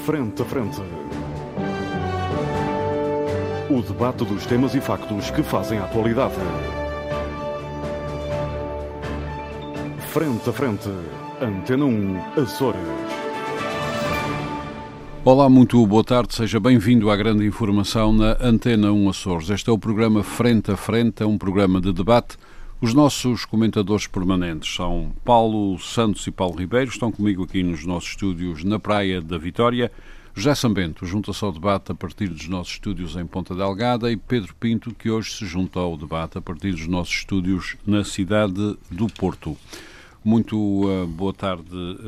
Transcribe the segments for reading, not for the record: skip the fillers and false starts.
Frente a Frente. O debate dos temas e factos que fazem a atualidade. Frente a Frente. Antena 1, Açores. Olá, muito boa tarde, seja bem-vindo à grande informação na Antena 1 Açores. Este é o programa Frente a Frente, é um programa de debate. Os nossos comentadores permanentes são Paulo Santos e Paulo Ribeiro, estão comigo aqui nos nossos estúdios na Praia da Vitória. José Sambento junta-se ao debate a partir dos nossos estúdios em Ponta Delgada e Pedro Pinto, que hoje se junta ao debate a partir dos nossos estúdios na cidade do Porto. Muito boa tarde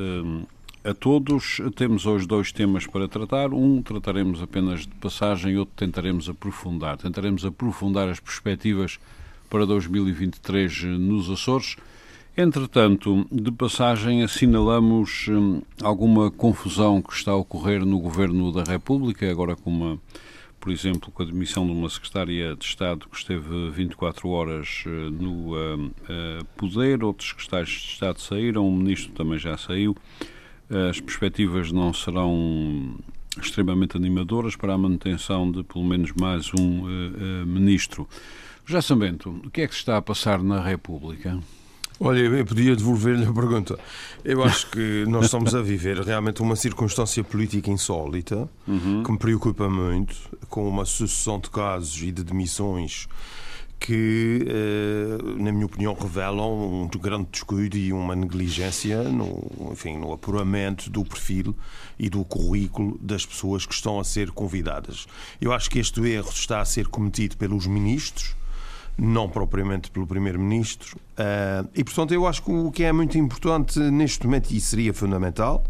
a todos. Temos hoje dois temas para tratar. Um trataremos apenas de passagem, outro tentaremos aprofundar. Tentaremos aprofundar as perspectivas para 2023 nos Açores. Entretanto, de passagem, assinalamos alguma confusão que está a ocorrer no Governo da República, agora por exemplo, com a demissão de uma Secretária de Estado que esteve 24 horas no poder, outros secretários de Estado saíram, o Ministro também já saiu. As perspectivas não serão extremamente animadoras para a manutenção de pelo menos mais um Ministro. José Sambento, o que é que se está a passar na República? Olha, eu podia devolver-lhe a pergunta. Eu acho que nós estamos a viver realmente uma circunstância política insólita, que me preocupa muito, com uma sucessão de casos e de demissões que, na minha opinião, revelam um grande descuido e uma negligência no apuramento do perfil e do currículo das pessoas que estão a ser convidadas. Eu acho que este erro está a ser cometido pelos ministros, não propriamente pelo Primeiro-Ministro, e portanto eu acho que o que é muito importante neste momento, e seria fundamental,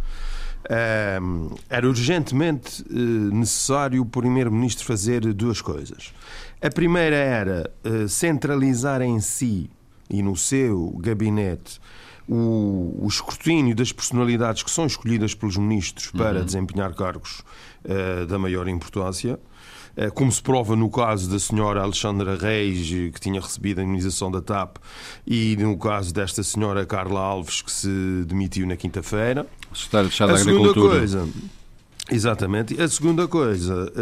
era urgentemente necessário o Primeiro-Ministro fazer duas coisas. A primeira era centralizar em si e no seu gabinete o escrutínio das personalidades que são escolhidas pelos ministros para desempenhar cargos da maior importância, como se prova no caso da senhora Alexandra Reis, que tinha recebido a indemnização da TAP, e no caso desta senhora Carla Alves, que se demitiu na quinta-feira. Secretária de Estado da Agricultura. Exatamente. A segunda coisa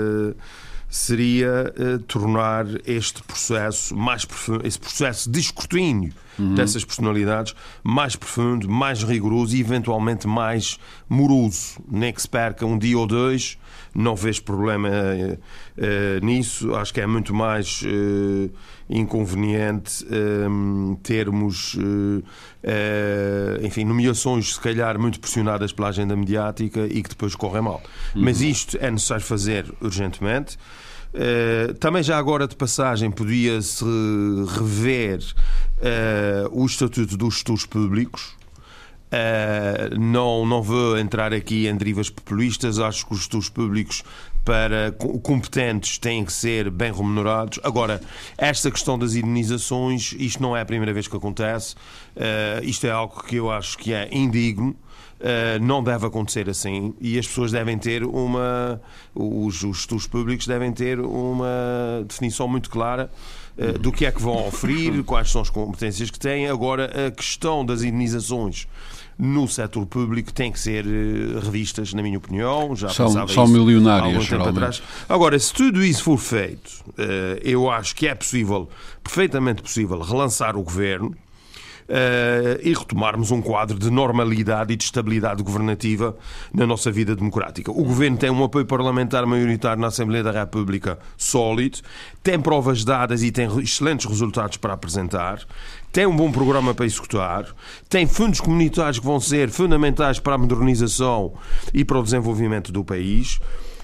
seria tornar este processo mais profundo, esse processo de escrutínio dessas personalidades mais profundo, mais rigoroso e eventualmente mais moroso. Nem que se perca um dia ou dois, não vejo problema nisso. Acho que é muito mais inconveniente termos nomeações se calhar muito pressionadas pela agenda mediática e que depois correm mal. Mas isto é necessário fazer urgentemente. Também já agora de passagem podia-se rever o estatuto dos gestores públicos. Não vou entrar aqui em derivas populistas. Acho que os gestores públicos para competentes têm que ser bem remunerados. Agora, esta questão das indemnizações, isto não é a primeira vez que acontece. Isto é algo que eu acho que é indigno. Não deve acontecer assim, e as pessoas devem ter os gestores públicos devem ter uma definição muito clara do que é que vão oferir, quais são as competências que têm. Agora, a questão das indemnizações no setor público tem que ser revistas, na minha opinião. Já são milionárias, há algum tempo atrás. Agora, se tudo isso for feito, eu acho que é possível, perfeitamente possível, relançar o governo e retomarmos um quadro de normalidade e de estabilidade governativa na nossa vida democrática. O Governo tem um apoio parlamentar maioritário na Assembleia da República sólido, tem provas dadas e tem excelentes resultados para apresentar, tem um bom programa para executar, tem fundos comunitários que vão ser fundamentais para a modernização e para o desenvolvimento do país.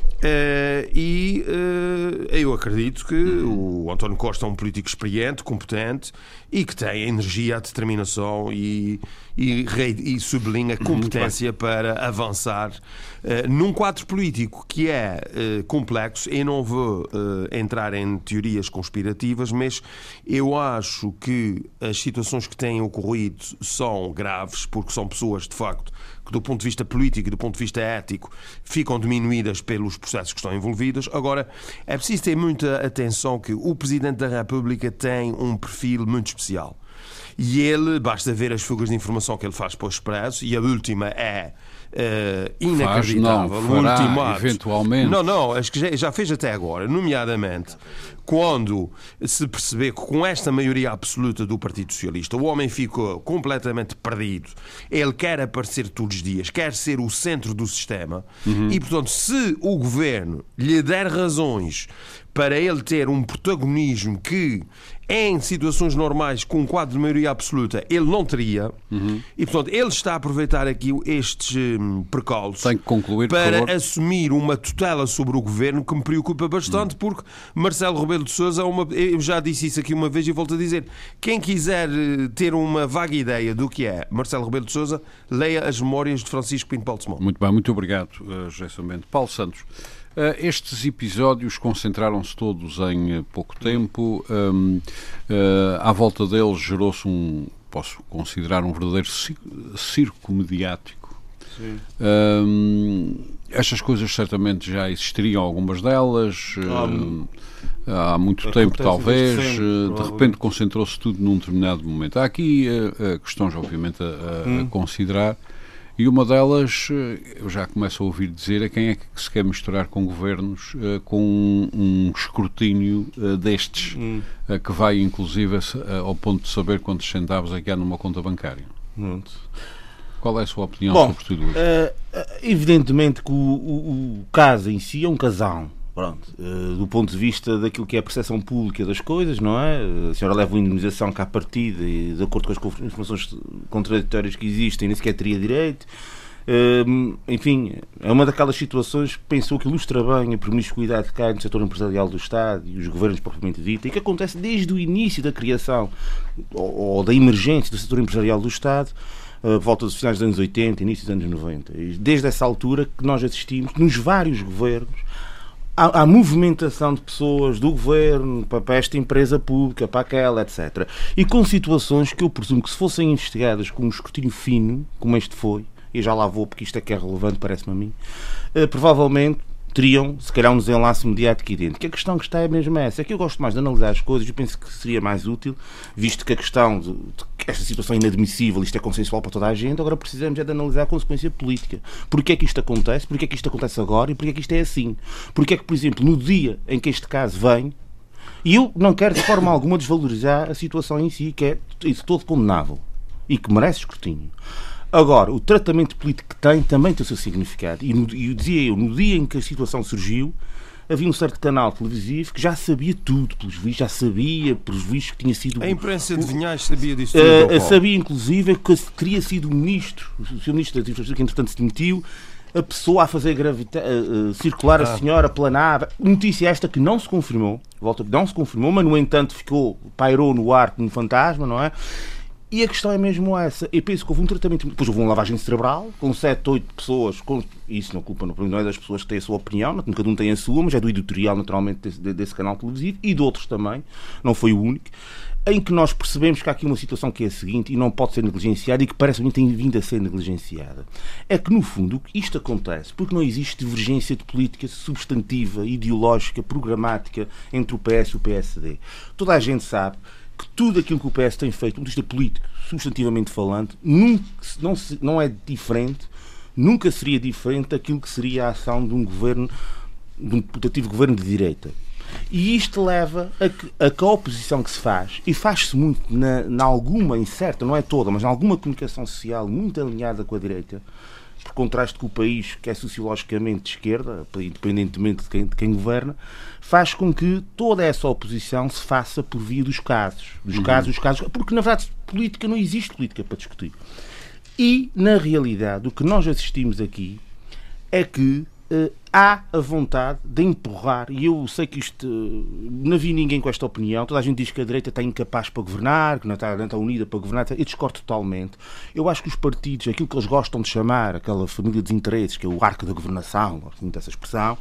Eu acredito que o António Costa é um político experiente, competente e que tem a energia, a determinação e sublinha a competência para avançar num quadro político que é complexo. Eu não vou entrar em teorias conspirativas, mas eu acho que as situações que têm ocorrido são graves, porque são pessoas, de facto, que do ponto de vista político e do ponto de vista ético ficam diminuídas pelos processos que estão envolvidos. Agora, é preciso ter muita atenção que o Presidente da República tem um perfil muito especial. E ele, basta ver as fugas de informação que ele faz para o Expresso, e a última é inacreditável. Fará, eventualmente. Não, acho que já fez até agora, nomeadamente quando se perceber que com esta maioria absoluta do Partido Socialista o homem ficou completamente perdido, ele quer aparecer todos os dias, quer ser o centro do sistema, e portanto se o governo lhe der razões para ele ter um protagonismo que em situações normais com um quadro de maioria absoluta ele não teria, e portanto ele está a aproveitar aqui estes precalços para assumir uma tutela sobre o governo que me preocupa bastante, porque Marcelo Rebelo de Sousa eu já disse isso aqui uma vez e volto a dizer, quem quiser ter uma vaga ideia do que é Marcelo Rebelo de Sousa, leia as memórias de Francisco Pinto Balsemão. Muito bem, muito obrigado, José Sambento. Paulo Santos, estes episódios concentraram-se todos em pouco tempo. À volta deles gerou-se posso considerar um verdadeiro circo mediático. Estas coisas certamente já existiriam, algumas delas, há muito tempo talvez, de repente concentrou-se tudo num determinado momento. Há aqui questões obviamente a considerar. E uma delas, eu já começo a ouvir dizer, é quem é que se quer misturar com governos com um escrutínio destes, que vai inclusive ao ponto de saber quantos centavos é que há numa conta bancária. Qual é a sua opinião sobre tudo isto? Evidentemente que o caso em si é um casal. Pronto, do ponto de vista daquilo que é a percepção pública das coisas, não é? A senhora leva uma indemnização cá à partida e, de acordo com as informações contraditórias que existem, nem sequer teria direito. Enfim, é uma daquelas situações que pensou que ilustra bem a promiscuidade que há no setor empresarial do Estado e os governos propriamente dito, e que acontece desde o início da criação ou da emergência do setor empresarial do Estado, volta dos finais dos anos 80, início dos anos 90. E desde essa altura que nós assistimos, nos vários governos, à movimentação de pessoas do governo para esta empresa pública, para aquela, etc. E com situações que eu presumo que se fossem investigadas com um escrutínio fino, como este foi, e já lá vou porque isto é que é relevante, parece-me a mim, provavelmente teriam, se calhar, um desenlace mediático idêntico. A questão que está é mesmo essa. É que eu gosto mais de analisar as coisas e penso que seria mais útil, visto que a questão de esta situação é inadmissível, isto é consensual para toda a gente, agora precisamos é de analisar a consequência política. Porquê é que isto acontece? Porquê é que isto acontece agora? E porquê é que isto é assim? Porquê é que, por exemplo, no dia em que este caso vem, e eu não quero de forma alguma desvalorizar a situação em si, que é isso todo condenável e que merece escrutínio. Agora, o tratamento político que tem também tem o seu significado. E dizia eu, no dia em que a situação surgiu, havia um certo canal televisivo que já sabia tudo, pelos vistos que tinha sido... A imprensa de Vinhais sabia disso tudo. Sabia, inclusive, que teria sido o Sr. Ministro da Infraestrutura, que entretanto se demitiu, a pessoa a fazer circular a senhora, planava. Notícia esta que não se confirmou, mas no entanto pairou no ar como um fantasma, não é? E a questão é mesmo essa. Eu penso que houve um tratamento... Depois houve uma lavagem cerebral, com 7, 8 pessoas... Isso não culpa, não é das pessoas que têm a sua opinião, cada um tem a sua, mas é do editorial, naturalmente, desse canal televisivo, e de outros também, não foi o único, em que nós percebemos que há aqui uma situação que é a seguinte, e não pode ser negligenciada, e que parece-me tem vindo a ser negligenciada. É que, no fundo, isto acontece porque não existe divergência de política substantiva, ideológica, programática, entre o PS e o PSD. Toda a gente sabe que tudo aquilo que o PS tem feito, do ponto de vista político, substantivamente falando, não é diferente, nunca seria diferente daquilo que seria a ação de um governo, de um putativo governo de direita. E isto leva a que a oposição que se faz, e faz-se muito na alguma, incerta, não é toda, mas em alguma comunicação social muito alinhada com a direita, por contraste com o país que é sociologicamente de esquerda, independentemente de quem governa, faz com que toda essa oposição se faça por via dos casos. Porque, na verdade, política não existe política para discutir. E, na realidade, o que nós assistimos aqui é que há a vontade de empurrar, e eu sei que isto não vi ninguém com esta opinião, toda a gente diz que a direita está incapaz para governar, que não está unida para governar, eu discordo totalmente. Eu acho que os partidos, aquilo que eles gostam de chamar, aquela família de interesses, que é o arco da governação, gosto muito dessa expressão,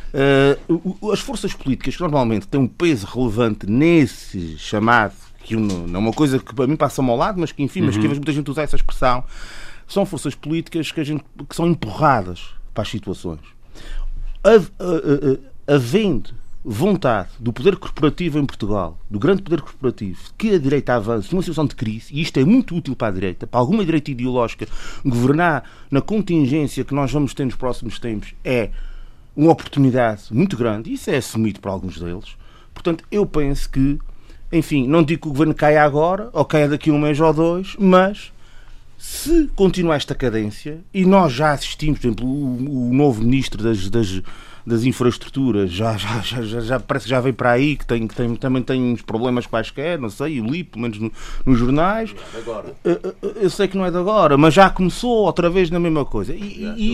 as forças políticas que normalmente têm um peso relevante nesse chamado, que não é uma coisa que para mim passa-me ao lado, mas que enfim, mas que muita gente usa essa expressão, são forças políticas que são empurradas para as situações. Havendo vontade do poder corporativo em Portugal, do grande poder corporativo, que a direita avance numa situação de crise, e isto é muito útil para a direita, para alguma direita ideológica, governar na contingência que nós vamos ter nos próximos tempos é uma oportunidade muito grande, e isso é assumido por alguns deles. Portanto, eu penso que, enfim, não digo que o governo caia agora, ou caia daqui a um mês ou dois, mas se continuar esta cadência, e nós já assistimos, por exemplo, o novo ministro das infraestruturas já parece que já vem para aí, que também tem uns problemas quaisquer, não sei, eu li, pelo menos nos jornais. Não é de agora. Eu sei que não é de agora, mas já começou outra vez na mesma coisa. E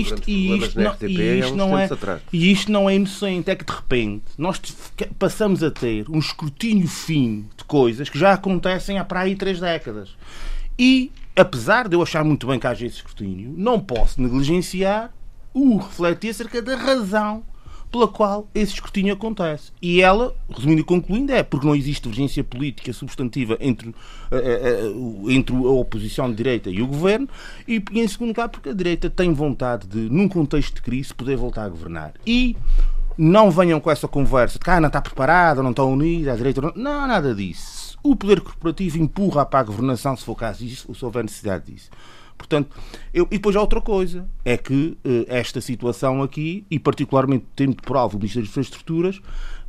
isto não é inocente, é que de repente nós passamos a ter um escrutínio fino de coisas que já acontecem há para aí 3 décadas. E, apesar de eu achar muito bem que haja esse escrutínio, não posso negligenciar o refletir acerca da razão pela qual esse escrutínio acontece. E ela, resumindo e concluindo, é porque não existe divergência política substantiva entre a oposição de direita e o governo, e em segundo lugar porque a direita tem vontade de, num contexto de crise, poder voltar a governar. E não venham com essa conversa de que não está preparada, não está unida, a direita não, nada disso. O poder corporativo empurra para a governação, se for o caso disso, ou se houver necessidade disso. Portanto, e depois há outra coisa, é que esta situação aqui, e particularmente tendo por alvo o Ministério das Infraestruturas,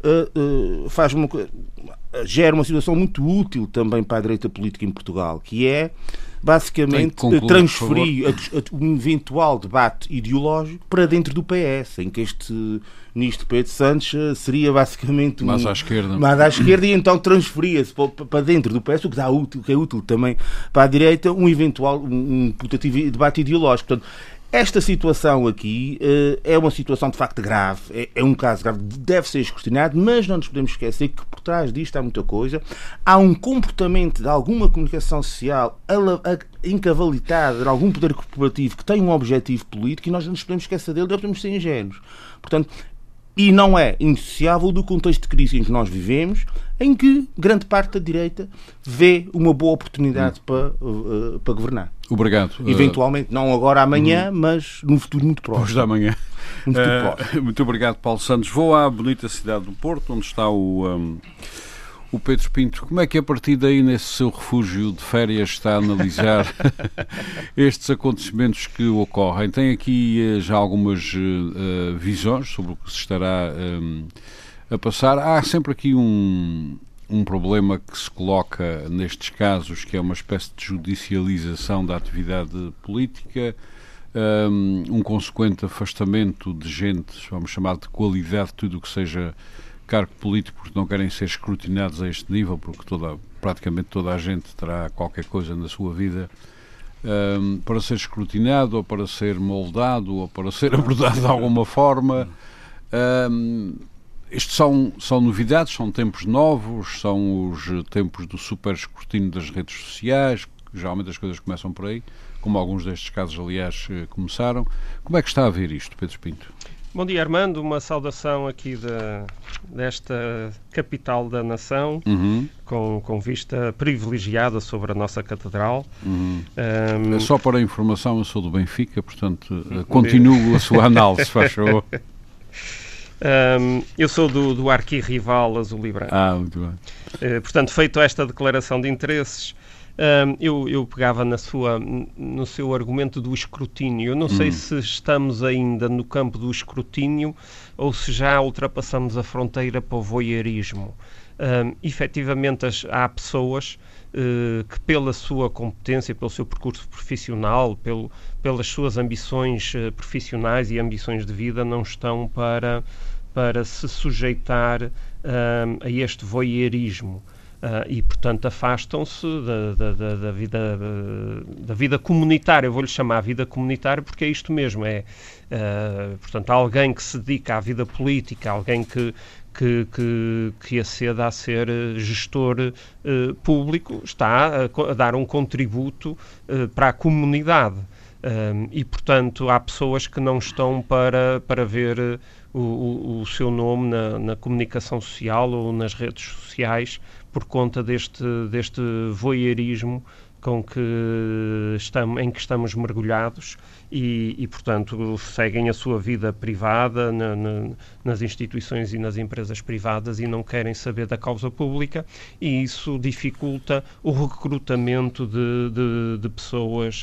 gera uma situação muito útil também para a direita política em Portugal, que é basicamente transferir um eventual debate ideológico para dentro do PS, em que este ministro Pedro Santos seria basicamente mais à esquerda, e então transferia-se para dentro do PS, o que é útil também para a direita, um eventual putativo debate ideológico. Portanto, esta situação aqui é uma situação de facto grave, é um caso grave, deve ser escrutinado, mas não nos podemos esquecer que por trás disto há muita coisa. Há um comportamento de alguma comunicação social encavalitada de algum poder corporativo que tem um objetivo político, e nós não nos podemos esquecer dele, não podemos ser ingênuos. Portanto, e não é indissociável do contexto de crise em que nós vivemos, em que grande parte da direita vê uma boa oportunidade para governar. Obrigado. Eventualmente, não agora amanhã, mas num futuro muito próximo. Hoje da manhã. Muito obrigado, Paulo Santos. Vou à bonita cidade do Porto, onde está o Pedro Pinto. Como é que a partir daí, nesse seu refúgio de férias, está a analisar estes acontecimentos que ocorrem? Tem aqui já algumas visões sobre o que se estará a passar. Há sempre aqui um problema que se coloca nestes casos, que é uma espécie de judicialização da atividade política, um consequente afastamento de gente, vamos chamar de qualidade, tudo o que seja cargo político, porque não querem ser escrutinados a este nível, porque praticamente toda a gente terá qualquer coisa na sua vida para ser escrutinado, ou para ser moldado, ou para ser abordado de alguma forma. Isto são novidades, são tempos novos, são os tempos do super escrutínio das redes sociais, geralmente as coisas começam por aí, como alguns destes casos, aliás, começaram. Como é que está a ver isto, Pedro Pinto? Bom dia, Armando. Uma saudação aqui desta capital da nação, com vista privilegiada sobre a nossa catedral. Só para a informação, eu sou do Benfica, portanto, continuo a sua análise, faz favor. Eu sou do arquirrival azul e branco. Muito bem. Portanto, feito esta declaração de interesses, eu pegava no seu argumento do escrutínio. Eu não sei se estamos ainda no campo do escrutínio ou se já ultrapassamos a fronteira para o voyeurismo. Efetivamente, há pessoas que, pela sua competência, pelo seu percurso profissional, pelas suas ambições profissionais e ambições de vida, não estão para se sujeitar a este voyeurismo. E, portanto, afastam-se da vida comunitária. Eu vou-lhe chamar vida comunitária porque é isto mesmo. Portanto, alguém que se dedica à vida política, alguém que aceda a ser gestor público, está a dar um contributo para a comunidade. E, portanto, há pessoas que não estão para ver o seu nome na comunicação social ou nas redes sociais por conta deste voyeurismo em que estamos mergulhados e, portanto, seguem a sua vida privada nas instituições e nas empresas privadas e não querem saber da causa pública, e isso dificulta o recrutamento de pessoas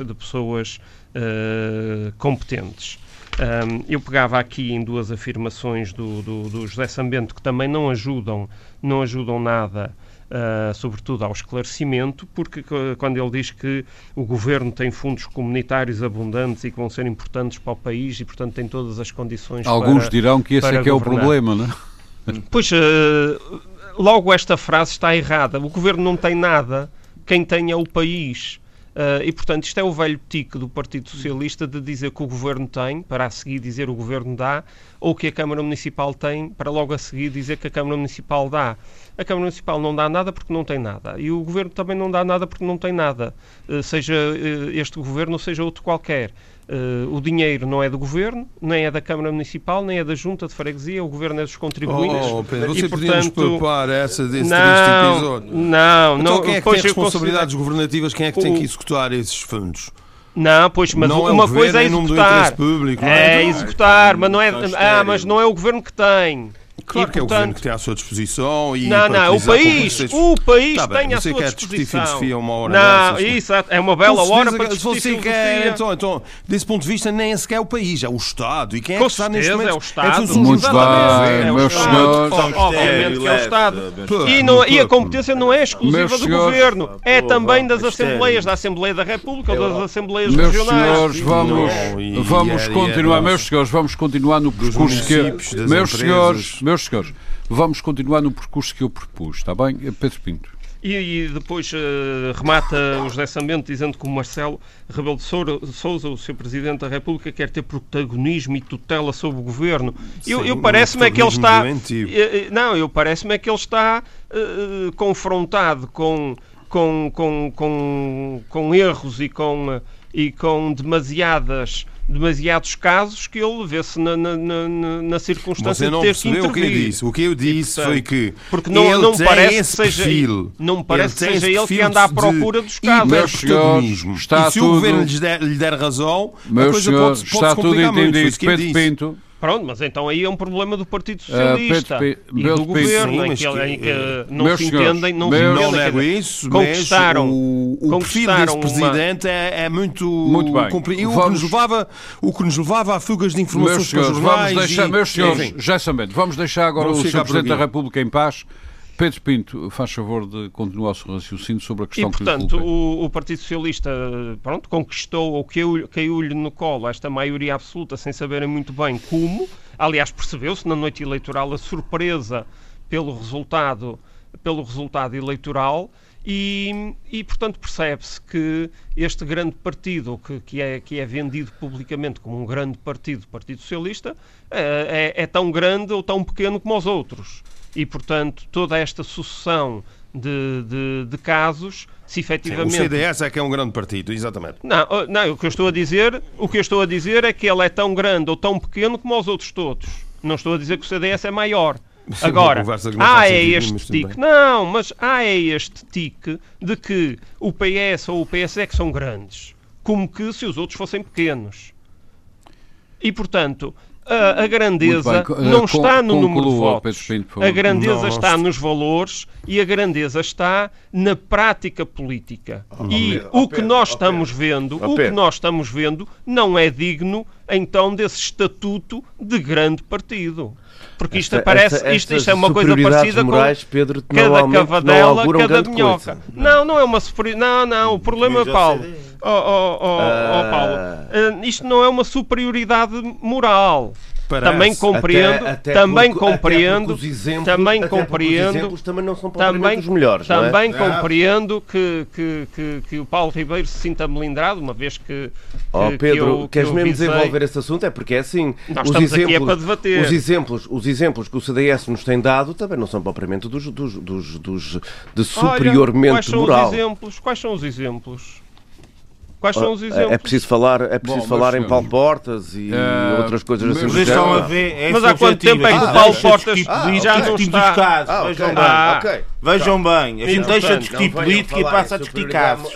competentes. Eu pegava aqui em duas afirmações do José Sambento que também não ajudam nada, sobretudo ao esclarecimento, porque quando ele diz que o Governo tem fundos comunitários abundantes e que vão ser importantes para o país e, portanto, tem todas as condições Alguns dirão que esse é que é o problema, não é? Pois, logo esta frase está errada. O Governo não tem nada, quem tem é o país. E, portanto, isto é o velho tique do Partido Socialista de dizer que o Governo tem, para a seguir dizer o Governo dá, ou que a Câmara Municipal tem, para logo a seguir dizer que a Câmara Municipal dá. A Câmara Municipal não dá nada porque não tem nada. E o Governo também não dá nada porque não tem nada. Seja este Governo ou seja outro qualquer. O dinheiro não é do Governo, nem é da Câmara Municipal, nem é da Junta de Freguesia, o Governo é dos contribuintes. Pedro, você podia nos poupar desse episódio? Não. Então quem é que tem responsabilidades governativas, quem é que tem que executar esses fundos? Não, pois, mas não uma coisa é executar. Público, executar, mas não é. Mas não é o Governo que tem. Claro que é o Governo que tem à sua disposição e o país tem à sua disposição. Filosofia uma hora não, dessas, isso é uma bela hora para discutir filosofia. Então, desse ponto de vista, nem é sequer o país, é o Estado. E quem é que está neste momento? É o Estado. Muito bem, meus senhores. Obviamente que é o Estado. E a competência não é exclusiva do Governo, é também das Assembleias, da Assembleia da República ou das Assembleias Regionais. Vamos continuar, meus senhores, vamos continuar no percurso que... Meus senhores, vamos continuar no percurso que eu propus, está bem? Pedro Pinto. E depois remata o José Sambento dizendo que o Marcelo Rebelo de Sousa, o Sr. Presidente da República, quer ter protagonismo e tutela sobre o Governo. Eu parece-me é que ele está... parece-me é que ele está confrontado com erros e com demasiados casos que ele vê-se na circunstância de ter que intervir. O que eu disse foi que porque não me parece que seja ele que anda à procura dos casos. E se o Governo lhe der razão, a coisa pode-se complicar muito. Pedro Pinto. Pronto, mas então aí é um problema do Partido Socialista e do Governo, em que não se entendem, não nego isso, conquistaram o perfil desse Presidente é muito bem. O que nos levava a fugas de informações para os jornais. Meus senhores, já sabendo, vamos deixar agora o Sr. Presidente da República em paz. Pedro Pinto, faz favor de continuar o seu raciocínio sobre a questão que lhe coloquei. E, portanto, o Partido Socialista conquistou ou caiu-lhe no colo esta maioria absoluta sem saberem muito bem como. Aliás, percebeu-se na noite eleitoral a surpresa pelo resultado eleitoral e portanto, percebe-se que este grande partido, que é vendido publicamente como um grande partido, o Partido Socialista, é tão grande ou tão pequeno como os outros. E, portanto, toda esta sucessão de casos, se efetivamente... Sim, o CDS é que é um grande partido, exatamente. Não, o que eu estou a dizer é que ele é tão grande ou tão pequeno como os outros todos. Não estou a dizer que o CDS é maior. Agora, há este tique de que o PS ou o PS é que são grandes, como que se os outros fossem pequenos. E, portanto... A grandeza não está no número de votos. A grandeza está nos valores e a grandeza está na prática política. O que nós estamos vendo não é digno, então, desse estatuto de grande partido. Porque isto é uma coisa parecida morais, com Pedro, cada cavadela, cada minhoca. Não é uma superioridade. Não, o problema é, Paulo. Paulo, isto não é uma superioridade moral. Também compreendo, também compreendo, também não são propriamente os melhores. Também compreendo que o Paulo Ribeiro se sinta melindrado, uma vez que Pedro, queres mesmo desenvolver esse assunto? É porque é assim. Nós estamos aqui para debater. Os exemplos que o CDS nos tem dado também não são propriamente de superiormente moral. Quais são os exemplos? Quais são os exemplos? É preciso falar em Paulo Portas e outras coisas assim. Mas há quanto tempo é que o Paulo Portas já não está? Vejam bem, a gente deixa de discutir política e passa a discutir casos.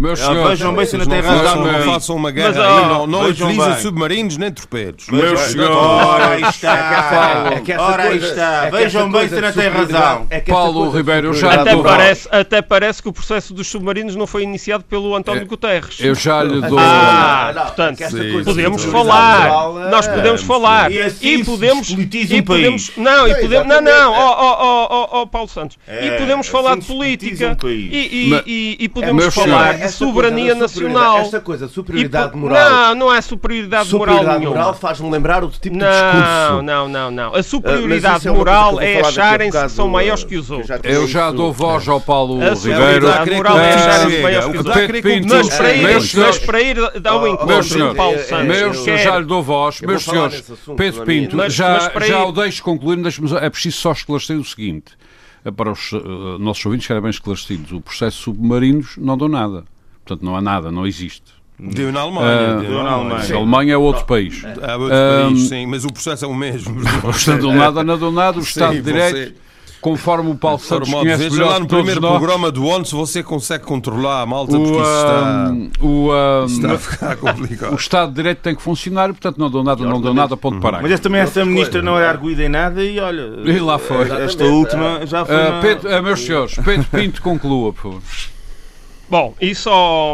Meus senhores, vejam bem se ainda tem razão. Não façam uma guerra Mas, aí, não vejam utilizem bem. submarinos nem torpedos. Meus senhores, Ora, aí está. É que essa Ora, aí coisa- está. é que Vejam essa bem coisa se ainda de tem superioridade- razão. é que essa Paulo coisa de Ribeiro, já superioridade dou- Até parece que o processo dos submarinos não foi iniciado pelo António Guterres. eu já lhe dou... Portanto, que essa sim, coisa podemos de falar, superioridade nós podemos falar E assim podemos se despolitiza e um podemos país. não e podemos não Paulo Santos É, e podemos assim falar de se despolitiza política um país. e podemos meus falar senhores, de essa soberania coisa da superioridade- nacional. Esta coisa de E superioridade po- moral. Não é superioridade moral Superioridade nenhuma. moral faz-me lembrar outro tipo de Não. discurso. A superioridade Mas isso é uma moral coisa que eu é vou falar daqui a acharem-se que bocado, são maiores que os que eu outros. já Eu já isso- dou voz ao Paulo A Ribeiro. superioridade moral é acharem-se maiores que os outros. Pedro Pinto, Mas para ir, meus senhores, ao meus encontro senhores, de Paulo Santos, meus, quer- já lhe dou voz, Eu meus vou falar senhores, nesse assunto Pedro na Pinto, minha- Mas já para ir- o deixo concluir, é preciso só esclarecer o seguinte, para os nossos ouvintes que eram bem esclarecidos, o processo submarinos não deu nada, portanto não há nada, não existe. Deu na Alemanha. deu na Alemanha. A Alemanha é outro país. Há outro país, sim, mas o processo é o mesmo. Portanto, nada, não deu nada, o Estado de Sim, Direito, você- conforme o Paulo Santos Normal, conhece veja melhor lá que no todos primeiro nós, programa do ONU se você consegue controlar a malta, porque isso está a ficar o complicado. Estado de Direito tem que funcionar e, portanto, não deu nada, ponto parar. Mas essa ministra não era arguída em nada e olha. E lá foi. Esta última já foi. Meus senhores, Pedro Pinto, conclua, por favor. Bom, e só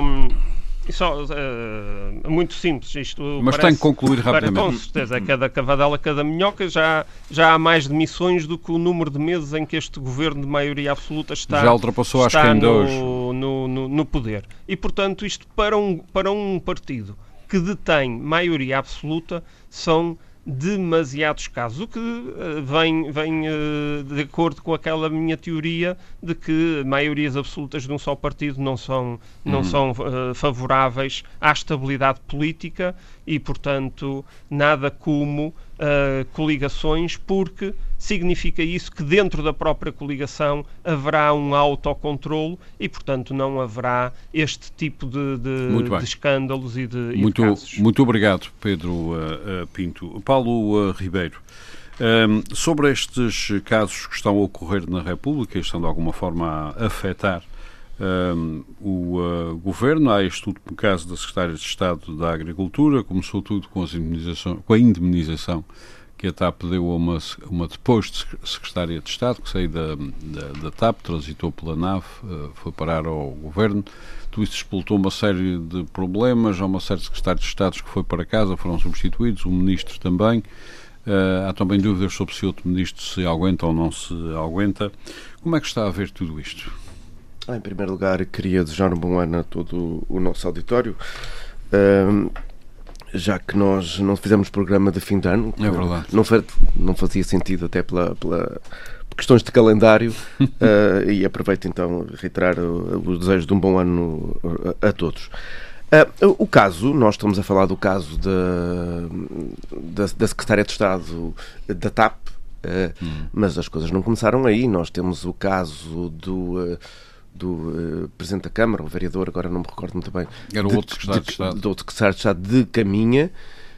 muito simples isto. Mas tem que concluir Com rapidamente. certeza, cada cavadela, cada minhoca, já há mais demissões do que o número de meses em que este governo de maioria absoluta está, Já ultrapassou, acho está que em dois. no poder. E, portanto, isto para um partido que detém maioria absoluta são demasiados casos, o que vem de acordo com aquela minha teoria de que maiorias absolutas de um só partido não são favoráveis à estabilidade política e, portanto, nada como coligações, porque significa isso que dentro da própria coligação haverá um autocontrolo e, portanto, não haverá este tipo de escândalos e de casos. Muito obrigado, Pedro Pinto. Paulo Ribeiro, sobre estes casos que estão a ocorrer na República e estão de alguma forma a afetar o Governo, há este último caso da Secretária de Estado da Agricultura, começou tudo com a indemnização que a TAP deu a uma depois de Secretária de Estado, que saiu da TAP, transitou pela NAV, foi parar ao Governo. Tudo isso explotou uma série de problemas, há uma série de Secretários de Estado que foi para casa, foram substituídos, o Ministro também. Há também dúvidas sobre se outro Ministro se aguenta ou não se aguenta. Como é que está a ver tudo isto? Em primeiro lugar, queria desejar um bom ano a todo o nosso auditório. Já que nós não fizemos programa de fim de ano, é verdade. Não fazia sentido até por questões de calendário, e aproveito então reiterar os desejos de um bom ano a todos. O caso, nós estamos a falar do caso da Secretária de Estado da TAP, mas as coisas não começaram aí. Nós temos o caso do Presidente da Câmara, o vereador, agora não me recordo muito bem. Era o outro Secretário de Estado. Do outro Secretário de Estado de Caminha,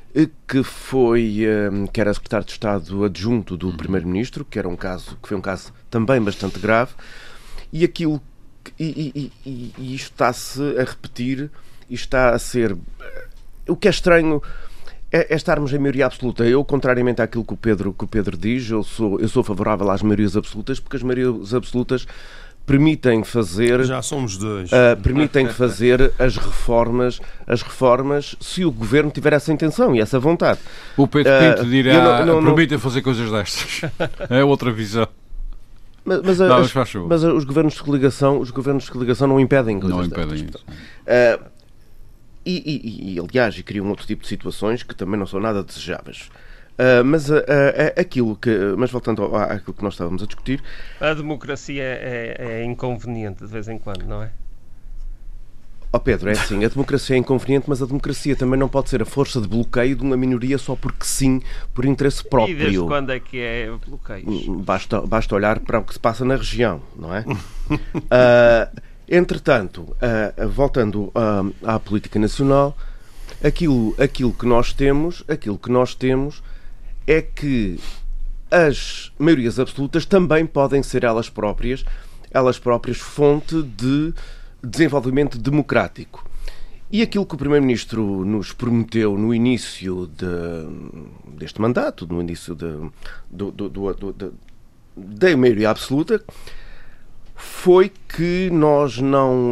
que era Secretário de Estado adjunto do Primeiro-Ministro, que foi um caso também bastante grave, e aquilo e isto está-se a repetir e está a ser... O que é estranho é estarmos em maioria absoluta. Eu, contrariamente àquilo que o Pedro diz, eu sou favorável às maiorias absolutas, porque as maiorias absolutas permitem fazer... Já somos dois. Permitem fazer as reformas se o Governo tiver essa intenção e essa vontade. O Pedro Pinto dirá, permitem fazer coisas destas. É outra visão. Mas os governos de coligação não impedem coisas destas. Não impedem isso. Aliás, criam outro tipo de situações que também não são nada desejáveis. Mas voltando àquilo que nós estávamos a discutir... A democracia é inconveniente de vez em quando, não é? Pedro, é assim, a democracia é inconveniente, mas a democracia também não pode ser a força de bloqueio de uma minoria só porque sim, por interesse próprio. E desde quando é que é bloqueios? Basta olhar para o que se passa na região, não é? Entretanto, voltando à política nacional, aquilo que nós temos é que as maiorias absolutas também podem ser elas próprias fonte de desenvolvimento democrático. E aquilo que o Primeiro-Ministro nos prometeu no início deste mandato, no início da maioria absoluta, foi que nós não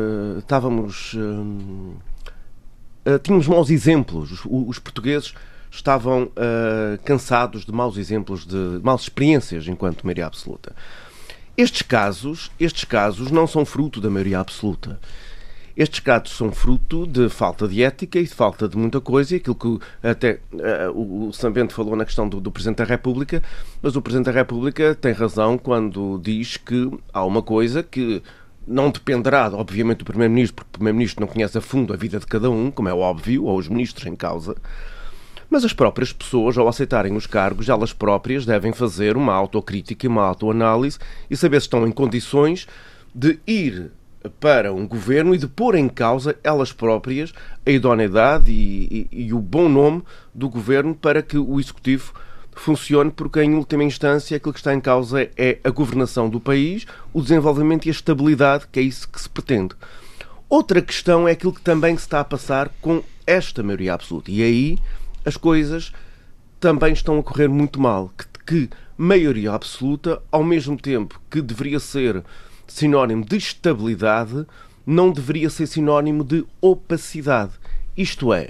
tínhamos maus exemplos. Os portugueses estavam cansados de maus exemplos, de maus experiências enquanto maioria absoluta. Estes casos não são fruto da maioria absoluta. Estes casos são fruto de falta de ética e de falta de muita coisa, e aquilo que até o Sambento falou na questão do Presidente da República, mas o Presidente da República tem razão quando diz que há uma coisa que não dependerá, obviamente, do Primeiro-Ministro, porque o Primeiro-Ministro não conhece a fundo a vida de cada um, como é óbvio, ou os ministros em causa, mas as próprias pessoas, ao aceitarem os cargos, elas próprias devem fazer uma autocrítica e uma autoanálise e saber se estão em condições de ir para um governo e de pôr em causa elas próprias a idoneidade e o bom nome do governo para que o Executivo funcione, porque em última instância aquilo que está em causa é a governação do país, o desenvolvimento e a estabilidade, que é isso que se pretende. Outra questão é aquilo que também se está a passar com esta maioria absoluta, e aí as coisas também estão a correr muito mal, que maioria absoluta, ao mesmo tempo que deveria ser sinónimo de estabilidade, não deveria ser sinónimo de opacidade. Isto é,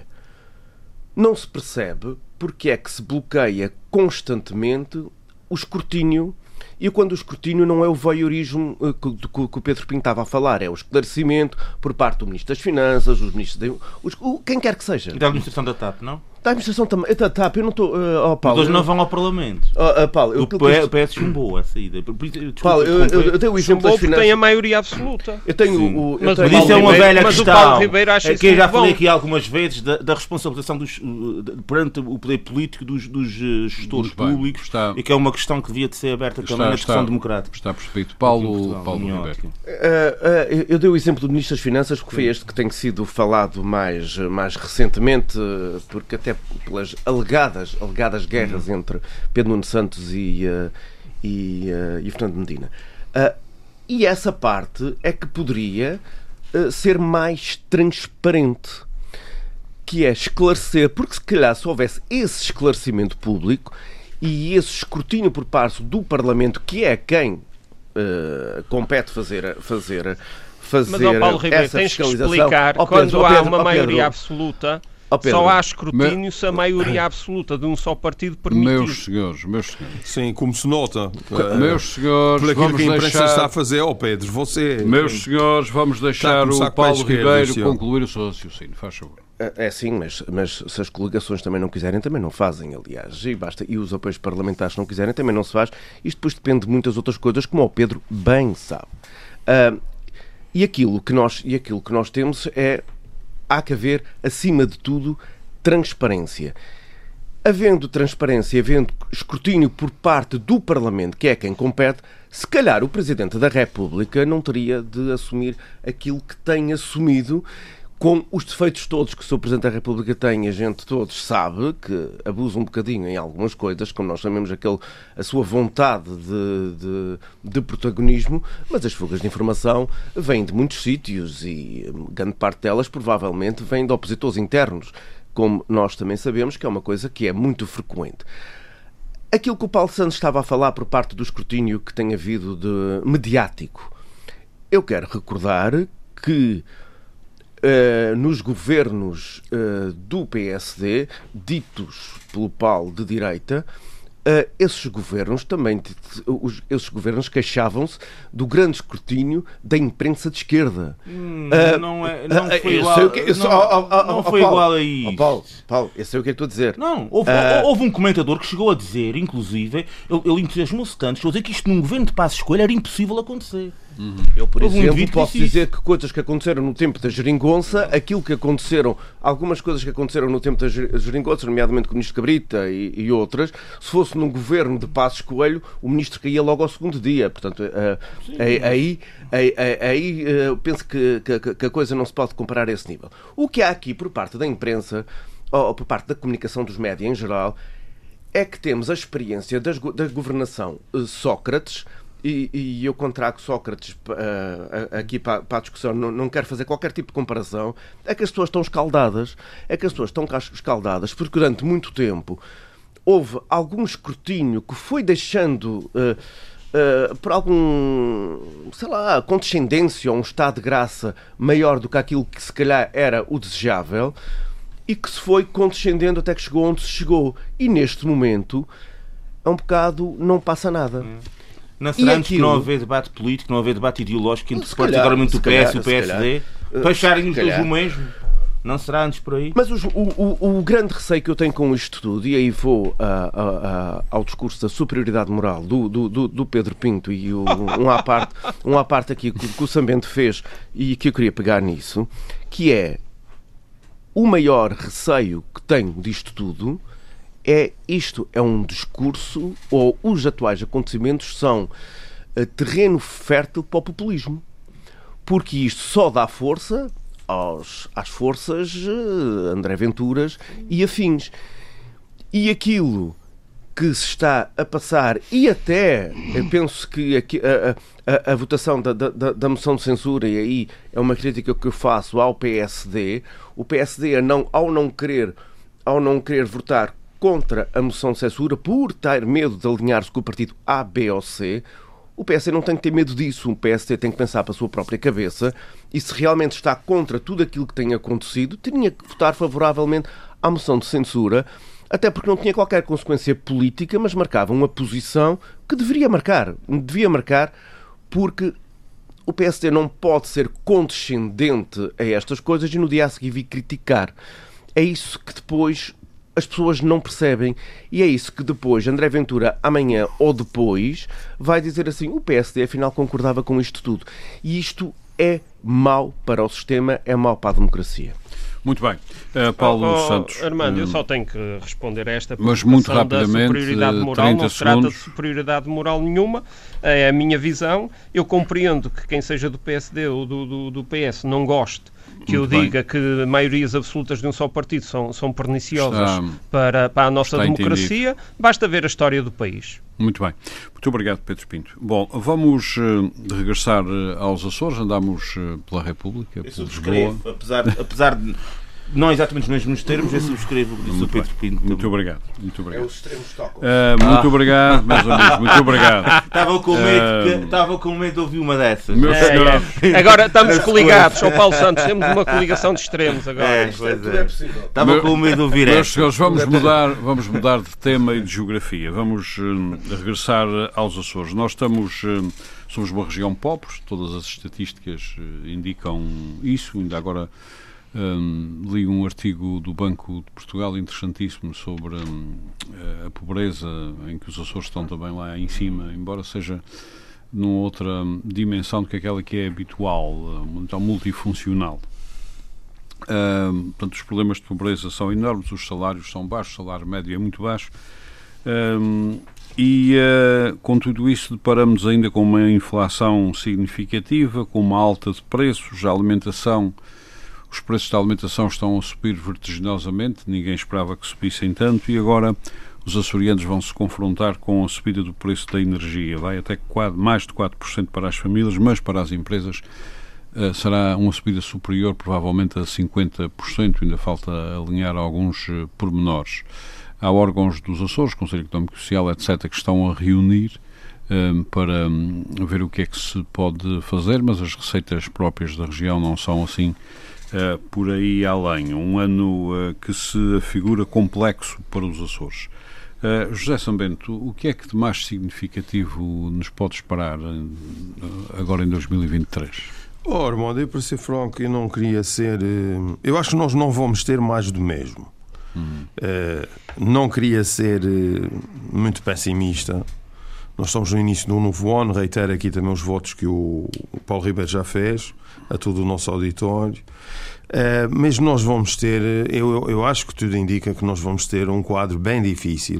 não se percebe porque é que se bloqueia constantemente o escrutínio, e quando o escrutínio não é o voyeurismo que o Pedro Pinho estava a falar, é o esclarecimento por parte do Ministro das Finanças, os ministros quem quer que seja. E da administração da TAP, não? Da administração também. Da TAP, eu não estou... Paulo, os dois não vão ao Parlamento. Paulo, o PS chumbou a saída. Paulo, eu tenho o exemplo das finanças. Tem a maioria absoluta. Eu tenho mas isso é uma velha questão. Mas o Paulo Ribeiro acha que eu já falei aqui algumas vezes da responsabilização perante o poder político dos gestores públicos, e que é uma questão que devia de ser aberta também na discussão democrática. Está percebido. Paulo Ribeiro. Eu dei o exemplo do Ministro das Finanças, porque foi este que tem sido falado mais recentemente, porque até pelas alegadas guerras entre Pedro Nuno Santos e Fernando Medina. E essa parte é que poderia ser mais transparente, que é esclarecer, porque se calhar se houvesse esse esclarecimento público e esse escrutínio por parte do Parlamento, que é quem compete fazer mas, Paulo Ribeiro, tens que explicar quando há uma maioria absoluta. Só há escrutínio se a maioria absoluta de um só partido permitir. Meus senhores. Sim, como se nota. Meus senhores, por aquilo vamos que a imprensa deixar... está a fazer, Pedro, você... Meus senhores, vamos deixar o Paulo Ribeiro concluir o seu raciocínio. Faz favor. É sim, mas se as coligações também não quiserem, também não fazem, aliás. E os apoios parlamentares não quiserem, também não se faz. Isto depois depende de muitas outras coisas, como o Pedro bem sabe. E aquilo que nós temos é... Há que haver, acima de tudo, transparência. Havendo transparência, havendo escrutínio por parte do Parlamento, que é quem compete, se calhar o Presidente da República não teria de assumir aquilo que tem assumido, com os defeitos todos que o Sr. Presidente da República tem. A gente todos sabe que abusa um bocadinho em algumas coisas, como nós chamamos a sua vontade de protagonismo, mas as fugas de informação vêm de muitos sítios e grande parte delas provavelmente vêm de opositores internos, como nós também sabemos, que é uma coisa que é muito frequente. Aquilo que o Paulo Santos estava a falar por parte do escrutínio que tem havido de mediático, eu quero recordar que nos governos do PSD, ditos pelo Paulo de direita, esses governos queixavam-se do grande escrutínio da imprensa de esquerda. Não foi igual a isso. Paulo, eu sei o que é que estou a dizer. Não, houve um comentador que chegou a dizer, inclusive, ele entusiasmou-se tanto, chegou a dizer que isto num governo de Passos Coelho era impossível acontecer. Eu, por exemplo, posso dizer que coisas que aconteceram no tempo da geringonça, algumas coisas que aconteceram no tempo da geringonça, nomeadamente com o Ministro Cabrita e outras, se fosse num governo de Passos Coelho, o Ministro caía logo ao segundo dia. Portanto, aí eu penso que a coisa não se pode comparar a esse nível. O que há aqui por parte da imprensa, ou por parte da comunicação dos médias em geral, é que temos a experiência da governação Sócrates, e eu contrago Sócrates aqui para a discussão, não quero fazer qualquer tipo de comparação, é que as pessoas estão escaldadas, porque durante muito tempo houve algum escrutínio que foi deixando por algum, sei lá, condescendência ou um estado de graça maior do que aquilo que se calhar era o desejável, e que se foi condescendendo até que chegou onde se chegou. E neste momento, é um bocado, não passa nada. Não será antes que não haver debate político, não haver debate ideológico entre particularmente o PS e o PSD, para acharem-nos todos o mesmo? Não será antes por aí? Mas o grande receio que eu tenho com isto tudo, e aí vou ao discurso da superioridade moral do Pedro Pinto e um à parte aqui que o Sambento fez e que eu queria pegar nisso, que é o maior receio que tenho disto tudo isto é um discurso, ou os atuais acontecimentos são terreno fértil para o populismo. Porque isto só dá força às forças André Venturas e afins. E aquilo que se está a passar, e até eu penso que a votação da moção de censura, e aí é uma crítica que eu faço ao PSD, o PSD ao não querer votar contra a moção de censura por ter medo de alinhar-se com o partido A, B ou C, o PSD não tem que ter medo disso. O PSD tem que pensar para a sua própria cabeça e, se realmente está contra tudo aquilo que tem acontecido, tinha que votar favoravelmente à moção de censura, até porque não tinha qualquer consequência política, mas marcava uma posição que devia marcar, porque o PSD não pode ser condescendente a estas coisas e no dia a seguir vir criticar. É isso que depois as pessoas não percebem, e é isso que depois André Ventura, amanhã ou depois, vai dizer assim: o PSD afinal concordava com isto tudo. E isto é mau para o sistema, é mau para a democracia. Muito bem. Paulo Santos. Armando, eu só tenho que responder a esta mas muito rapidamente, da superioridade moral. Não se trata de segundos. superioridade moral nenhuma. É a minha visão. Eu compreendo que quem seja do PSD ou do PS não goste que eu diga que maiorias absolutas de um só partido são perniciosas para a nossa democracia. Entendido. Basta ver a história do país. Muito bem. Muito obrigado, Pedro Pinto. Bom, vamos regressar aos Açores. Andamos pela República, por Lisboa. Apesar de não exatamente nos mesmos termos, eu subscrevo o que disse o Pedro Pinto. Muito obrigado. É o extremo Estocolmo. Muito obrigado, meus amigos. Muito obrigado. Estava com medo de ouvir uma dessas. Agora estamos coligados. São Paulo Santos, temos uma coligação de extremos agora. Tudo é possível. Estava com medo de ouvir meus senhores, vamos mudar de tema e de geografia. Vamos regressar aos Açores. Nós somos uma região pobre, todas as estatísticas indicam isso. Ainda agora li um artigo do Banco de Portugal interessantíssimo sobre a pobreza, em que os Açores estão também lá em cima, embora seja numa outra dimensão do que aquela que é habitual, então multifuncional. Portanto, os problemas de pobreza são enormes, os salários são baixos, o salário médio é muito baixo, com tudo isso deparamos ainda com uma inflação significativa, com uma alta de preços, a alimentação. Os preços da alimentação estão a subir vertiginosamente, ninguém esperava que subissem tanto, e agora os açorianos vão se confrontar com a subida do preço da energia. Vai até mais de 4% para as famílias, mas para as empresas será uma subida superior, provavelmente a 50%, ainda falta alinhar alguns pormenores. Há órgãos dos Açores, Conselho Económico e Social, etc., que estão a reunir para ver o que é que se pode fazer, mas as receitas próprias da região não são assim por aí além. Um ano que se afigura complexo para os Açores. José Sambento, o que é que de mais significativo nos pode esperar agora em 2023? Armando, eu para ser franco, eu não queria ser... eu acho que nós não vamos ter mais do mesmo. Não queria ser muito pessimista. Nós estamos no início de um novo ano, reitero aqui também os votos que o Paulo Ribeiro já fez a todo o nosso auditório, mas nós vamos ter, eu acho que tudo indica que nós vamos ter um quadro bem difícil.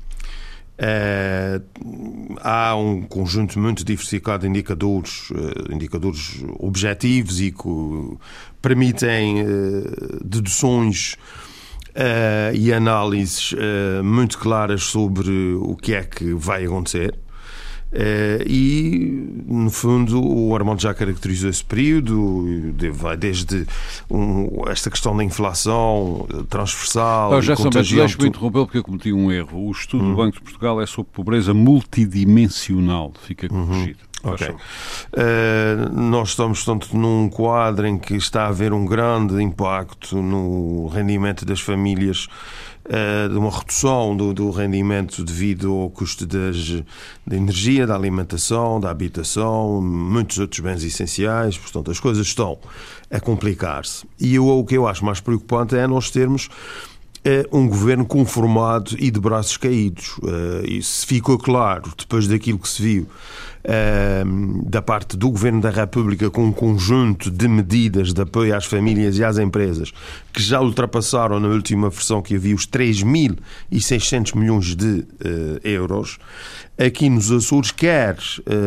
Há um conjunto muito diversificado de indicadores objetivos e que permitem deduções e análises muito claras sobre o que é que vai acontecer. E, no fundo, o Armando já caracterizou esse período, vai desde esta questão da inflação transversal já e contagiante. Deixe-me interrompê-lo porque eu cometi um erro. O estudo do Banco de Portugal é sobre pobreza multidimensional. Fica corrigido. Ok. Nós estamos, portanto, num quadro em que está a haver um grande impacto no rendimento das famílias, de uma redução do rendimento devido ao custo da energia, da alimentação, da habitação, muitos outros bens essenciais. Portanto, as coisas estão a complicar-se. E o que eu acho mais preocupante é nós termos um governo conformado e de braços caídos. Isso ficou claro depois daquilo que se viu da parte do Governo da República, com um conjunto de medidas de apoio às famílias e às empresas que já ultrapassaram na última versão que havia os 3.600 milhões de euros. Aqui nos Açores, quer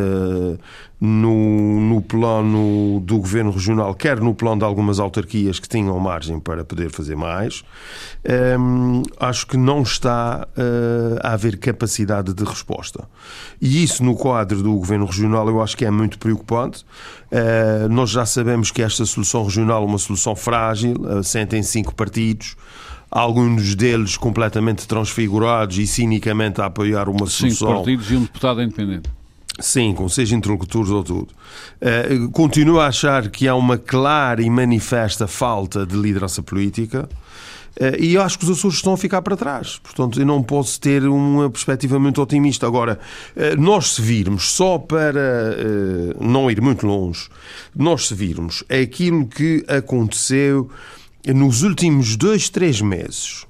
no plano do Governo Regional, quer no plano de algumas autarquias que tinham margem para poder fazer mais, acho que não está a haver capacidade de resposta. E isso, no quadro do Governo Regional, eu acho que é muito preocupante. Nós já sabemos que esta solução regional é uma solução frágil, assenta em 5 partidos, alguns deles completamente transfigurados e cinicamente a apoiar uma solução. 5 partidos e um deputado independente. Sim, com 6 interlocutores ou tudo. Continuo a achar que há uma clara e manifesta falta de liderança política. E eu acho que os Açores estão a ficar para trás. Portanto, eu não posso ter uma perspectiva muito otimista. Agora, nós se virmos, só para não ir muito longe, nós se virmos aquilo que aconteceu nos últimos 2-3 meses,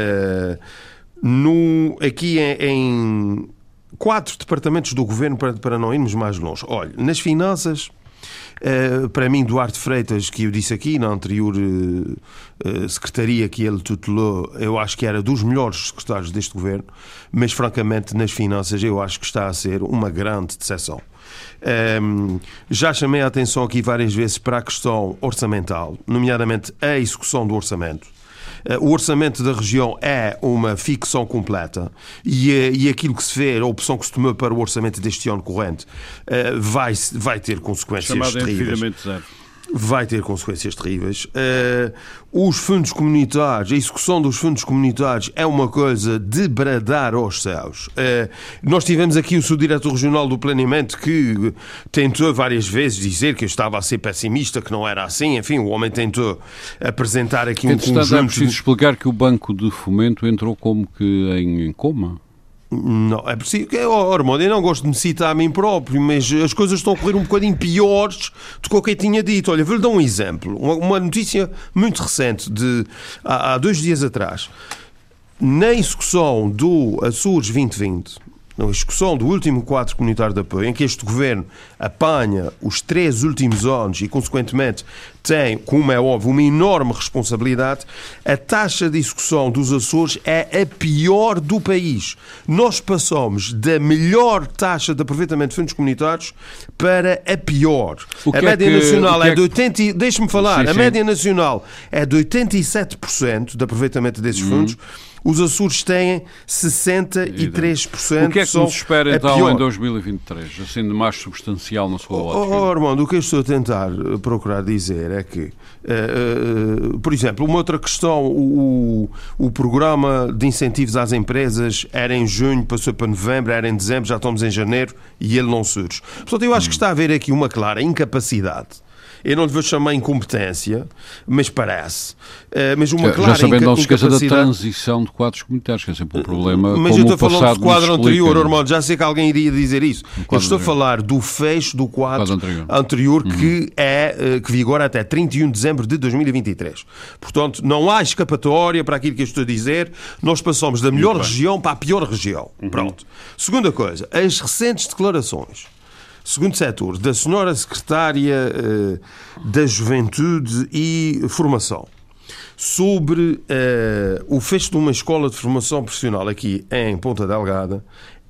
aqui em 4 departamentos do governo, para não irmos mais longe. Olha, nas finanças, para mim, Duarte Freitas, que eu disse aqui na anterior secretaria que ele tutelou, eu acho que era dos melhores secretários deste governo, mas francamente nas finanças eu acho que está a ser uma grande decepção. Já chamei a atenção aqui várias vezes para a questão orçamental, nomeadamente a execução do orçamento. O orçamento da região é uma ficção completa e aquilo que se vê, a opção que se tomou para o orçamento deste ano corrente, vai ter consequências terríveis. Vai ter consequências terríveis. Os fundos comunitários, a execução dos fundos comunitários é uma coisa de bradar aos céus. Nós tivemos aqui o subdiretor regional do planeamento que tentou várias vezes dizer que eu estava a ser pessimista, que não era assim. Enfim, o homem tentou apresentar aqui um conjunto... É preciso explicar que o Banco de Fomento entrou como que em coma. Não, é preciso. Armando, eu não gosto de me citar a mim próprio, mas as coisas estão a correr um bocadinho piores do que o que eu tinha dito. Olha, vou-lhe dar um exemplo. Uma notícia muito recente, de há 2 dias atrás. Na execução do Açores 2020, na execução do último quadro comunitário de apoio, em que este governo apanha os 3 últimos anos e, consequentemente, tem, como é óbvio, uma enorme responsabilidade, a taxa de execução dos Açores é a pior do país. Nós passamos da melhor taxa de aproveitamento de fundos comunitários para a pior. A média nacional é de 80%. Deixe-me falar. A média nacional é de 87% de aproveitamento desses fundos. Os Açores têm 63%. O que é que nos espera então em 2023, assim de mais substancial na sua ótica? Armando, o que eu estou a tentar procurar dizer é que, por exemplo, uma outra questão, o programa de incentivos às empresas era em junho, passou para novembro, era em dezembro, já estamos em janeiro e ele não surge. Portanto, eu acho que está a haver aqui uma clara incapacidade. Eu não lhe vou chamar incompetência, mas parece. Mas uma clara já sabendo, não se esqueça da transição de quadros comunitários, que é sempre um problema. Mas eu estou a falar do quadro anterior, Armando, já sei que alguém iria dizer isso. Eu estou a falar do fecho do quadro anterior que vigora até 31 de dezembro de 2023. Portanto, não há escapatória para aquilo que eu estou a dizer. Nós passamos da melhor região para a pior região. Pronto. Segunda coisa, as recentes declarações, segundo setor, da senhora secretária da Juventude e Formação sobre o fecho de uma escola de formação profissional aqui em Ponta Delgada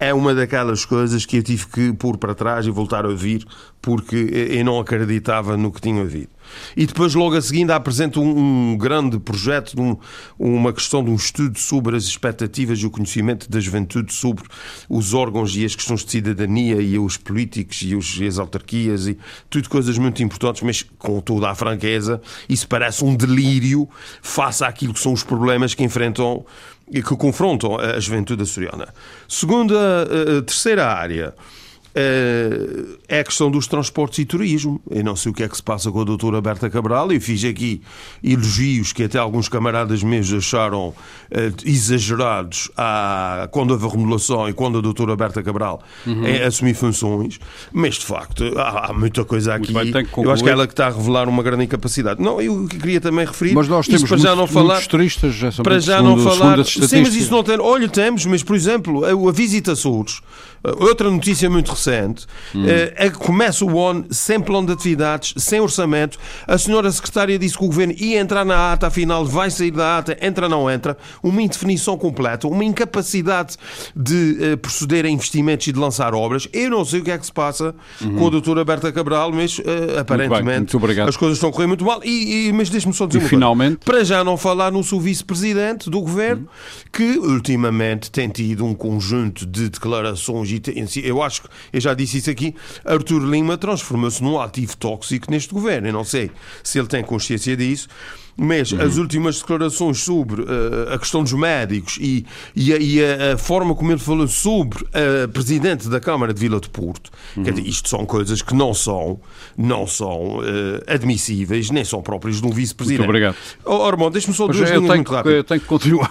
é uma daquelas coisas que eu tive que pôr para trás e voltar a ouvir, porque eu não acreditava no que tinha ouvido. E depois, logo a seguir, apresenta um grande projeto, uma questão de um estudo sobre as expectativas e o conhecimento da juventude sobre os órgãos e as questões de cidadania e os políticos e as autarquias e tudo coisas muito importantes, mas com toda a franqueza, isso parece um delírio face àquilo que são os problemas que enfrentam e que confrontam a juventude açoriana. Terceira área é a questão dos transportes e turismo. Eu não sei o que é que se passa com a doutora Berta Cabral. Eu fiz aqui elogios que até alguns camaradas meus acharam exagerados quando houve a remodelação e quando a doutora Berta Cabral assumir funções, mas de facto há muita coisa aqui. Eu acho que ela que está a revelar uma grande incapacidade. Não, eu queria também referir, mas nós temos muitos turistas, para já não falar. Sim, mas isso não tem. Olha, temos, mas por exemplo, a Visita Açores, outra notícia muito recente, começa o ano sem plano de atividades, sem orçamento. A senhora secretária disse que o governo ia entrar na ata, afinal vai sair da ata, entra, não entra. Uma indefinição completa, uma incapacidade de proceder a investimentos e de lançar obras. Eu não sei o que é que se passa com a doutora Berta Cabral, mas aparentemente as coisas estão a correr muito mal. Mas deixe-me só dizer uma coisa. Para já não falar no seu vice-presidente do governo, que ultimamente tem tido um conjunto de declarações e eu acho que, eu já disse isso aqui, Artur Lima transformou-se num ativo tóxico neste governo. Eu não sei se ele tem consciência disso, mas as últimas declarações sobre a questão dos médicos e a forma como ele falou sobre a Presidente da Câmara de Vila de Porto, quer dizer, isto são coisas que não são admissíveis, nem são próprias de um vice-presidente. Muito obrigado. Armando, deixa-me só duas linhas muito rápido. Eu tenho que continuar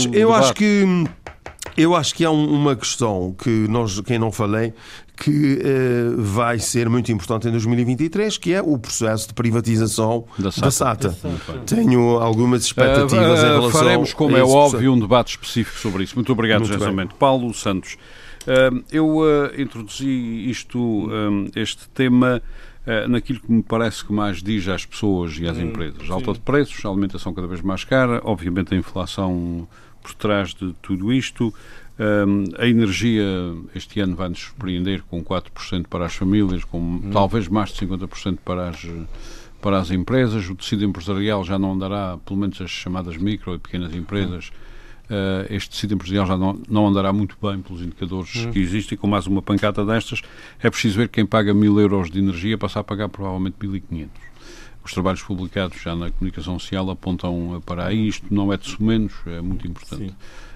Eu acho que há uma questão que eu não falei, que vai ser muito importante em 2023, que é o processo de privatização da SATA. Tenho algumas expectativas em relação faremos, como é óbvio, um debate específico sobre isso. Muito obrigado, Gersamento. Paulo Santos, eu introduzi este tema naquilo que me parece que mais diz às pessoas e às empresas. Alta de preços, a alimentação cada vez mais cara, obviamente a inflação por trás de tudo isto. A energia este ano vai-nos surpreender com 4% para as famílias, com talvez mais de 50% para as empresas. O tecido empresarial já não andará, pelo menos as chamadas micro e pequenas empresas, este tecido empresarial já não andará muito bem pelos indicadores que existem. Com mais uma pancada destas, é preciso ver que quem paga 1.000 euros de energia passa a pagar provavelmente 1.500. Os trabalhos publicados já na comunicação social apontam para aí. Isto não é de sumenos, é muito importante.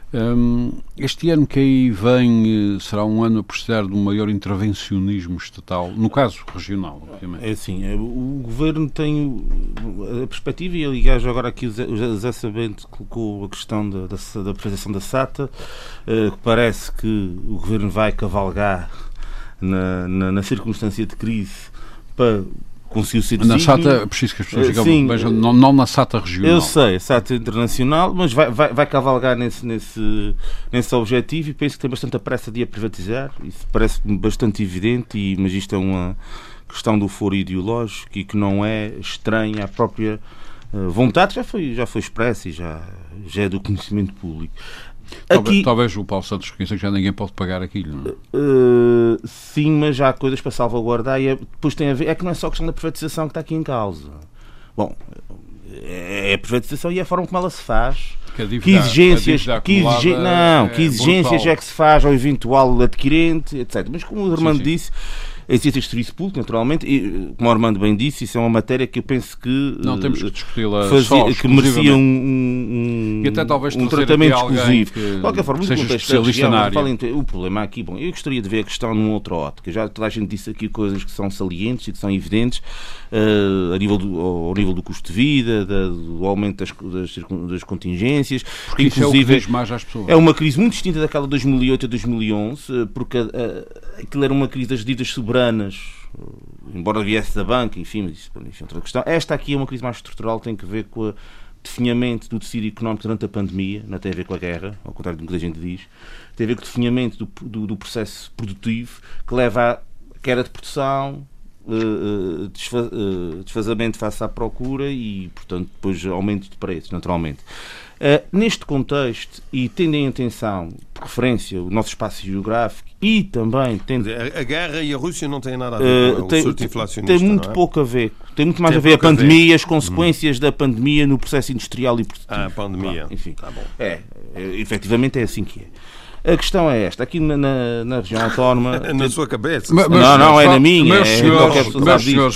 Este ano que aí vem será um ano a precisar de um maior intervencionismo estatal, no caso regional, obviamente. É assim, o Governo tem a perspectiva, e aliás agora aqui o José Sabente colocou a questão da privatização da SATA, que parece que o Governo vai cavalgar na circunstância de crise para conseguiu ser na SATA, preciso que as pessoas vejam, não na SATA regional. Eu sei, SATA internacional, mas vai cavalgar nesse objetivo e penso que tem bastante pressa de a privatizar. Isso parece-me bastante evidente, mas isto é uma questão do foro ideológico e que não é estranha à própria vontade, já foi expressa e já é do conhecimento público. Talvez o Paulo Santos reconheça que já ninguém pode pagar aquilo, não é? Sim, mas já há coisas para salvaguardar e depois tem a ver. É que não é só a questão da privatização que está aqui em causa. Bom, é a privatização e a forma como ela se faz. Que exigências é que se faz ao eventual adquirente, etc. Mas como o Armando disse, existe serviço público, naturalmente, e como o Armando bem disse, isso é uma matéria que eu penso que não temos que discuti-la que merecia um tratamento exclusivo. De qualquer forma, seja especialista na área. O problema aqui, eu gostaria de ver a questão num outro ótica. Já toda a gente disse aqui coisas que são salientes e que são evidentes ao nível do custo de vida, do aumento das contingências. Porque inclusive, isso é o que diz mais às pessoas. É uma crise muito distinta daquela de 2008 a 2011, porque aquilo era uma crise das dívidas soberanas, embora viesse da banca, enfim, mas isso é outra questão. Esta aqui é uma crise mais estrutural, tem que ver com o definhamento do tecido económico durante a pandemia, não tem a ver com a guerra, ao contrário do que a gente diz, tem a ver com o definhamento do processo produtivo que leva à queda de produção, desfazamento face à procura e, portanto, depois aumento de preços, naturalmente. Neste contexto, e tendo em atenção, referência o nosso espaço geográfico e também tem... A guerra e a Rússia não têm nada a ver com o surto inflacionista. Tem muito pouco a ver. Tem muito mais a ver a pandemia, as consequências da pandemia no processo industrial e produtivo. A pandemia. Enfim, Tá bom. Efetivamente é assim que é. A questão é esta, aqui na região autónoma... Na sua cabeça. Não, é na minha. Meus senhores,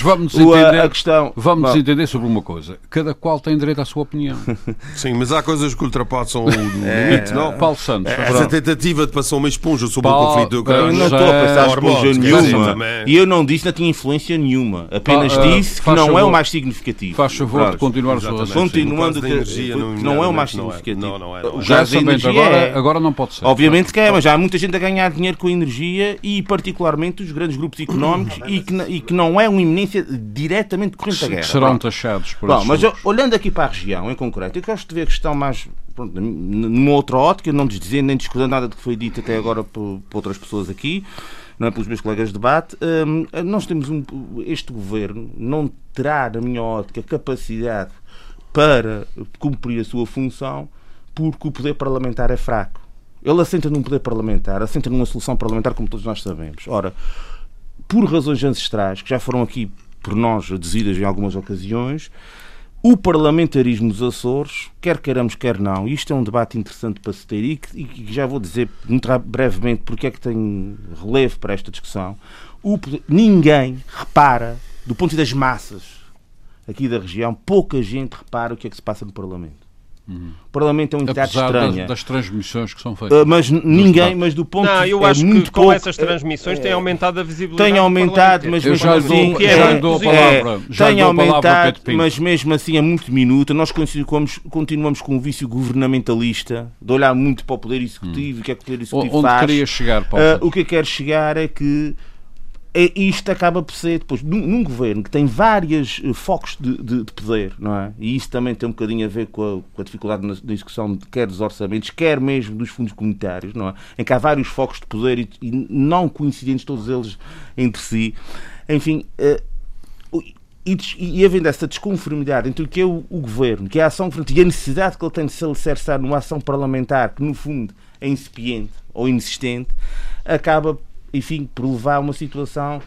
vamos entender sobre uma coisa. Cada qual tem direito à sua opinião. Sim, mas há coisas que ultrapassam o limite, não? Paulo Santos. Essa tentativa de passar uma esponja sobre o conflito da Eu Ucrânia. não estou a passar esponja nenhuma. também. E eu não disse que não tinha influência nenhuma. Apenas disse que não é o mais significativo. Faz favor de continuar a sua raciocínio. Continuando No caso da energia, não é o mais significativo. Não é. O Já gás da sabemos, energia agora não pode ser. Obviamente que é, mas já há muita gente a ganhar dinheiro com a energia e particularmente os grandes grupos económicos e que não é uma iminência diretamente decorrente da guerra. Serão taxados por Bom, mas olhando aqui para a região em concreto, eu gosto de ver a questão mais numa outra ótica, não desdizendo nem discordando nada do que foi dito até agora por outras pessoas aqui, não é, pelos meus colegas de debate. Nós temos este governo não terá, na minha ótica, capacidade para cumprir a sua função porque o poder parlamentar é fraco. Ele assenta num poder parlamentar, assenta numa solução parlamentar, como todos nós sabemos. Ora, por razões ancestrais, que já foram aqui por nós aduzidas em algumas ocasiões, o parlamentarismo dos Açores, quer queiramos, quer não, isto é um debate interessante para se ter e que já vou dizer muito brevemente porque é que tem relevo para esta discussão. Ninguém repara, do ponto de vista das massas aqui da região, pouca gente repara o que é que se passa no Parlamento. O Parlamento é uma entidade estranha. Das transmissões que são feitas. Mas ninguém, mas do ponto de vista. Eu acho muito que com pouco, essas transmissões tem aumentado a visibilidade. Tem aumentado, mas eu já mesmo assim. lhe dou a palavra. Tem aumentado, mas mesmo assim é muito diminuto. Nós continuamos com um vício governamentalista, de olhar muito para o Poder Executivo, o que é que o Poder Executivo faz. Onde queria chegar, Paulo? O que eu quero chegar é que isto acaba por ser, depois, num governo que tem vários focos de poder, não é? E isso também tem um bocadinho a ver com a dificuldade na execução quer dos orçamentos, quer mesmo dos fundos comunitários, não é? Em que há vários focos de poder e não coincidentes todos eles entre si. Enfim, e havendo essa desconformidade entre o que é o governo, que é a ação governativa e a necessidade que ele tem de se alicerçar numa ação parlamentar que, no fundo, é incipiente ou inexistente, acaba, enfim, por levar a uma situação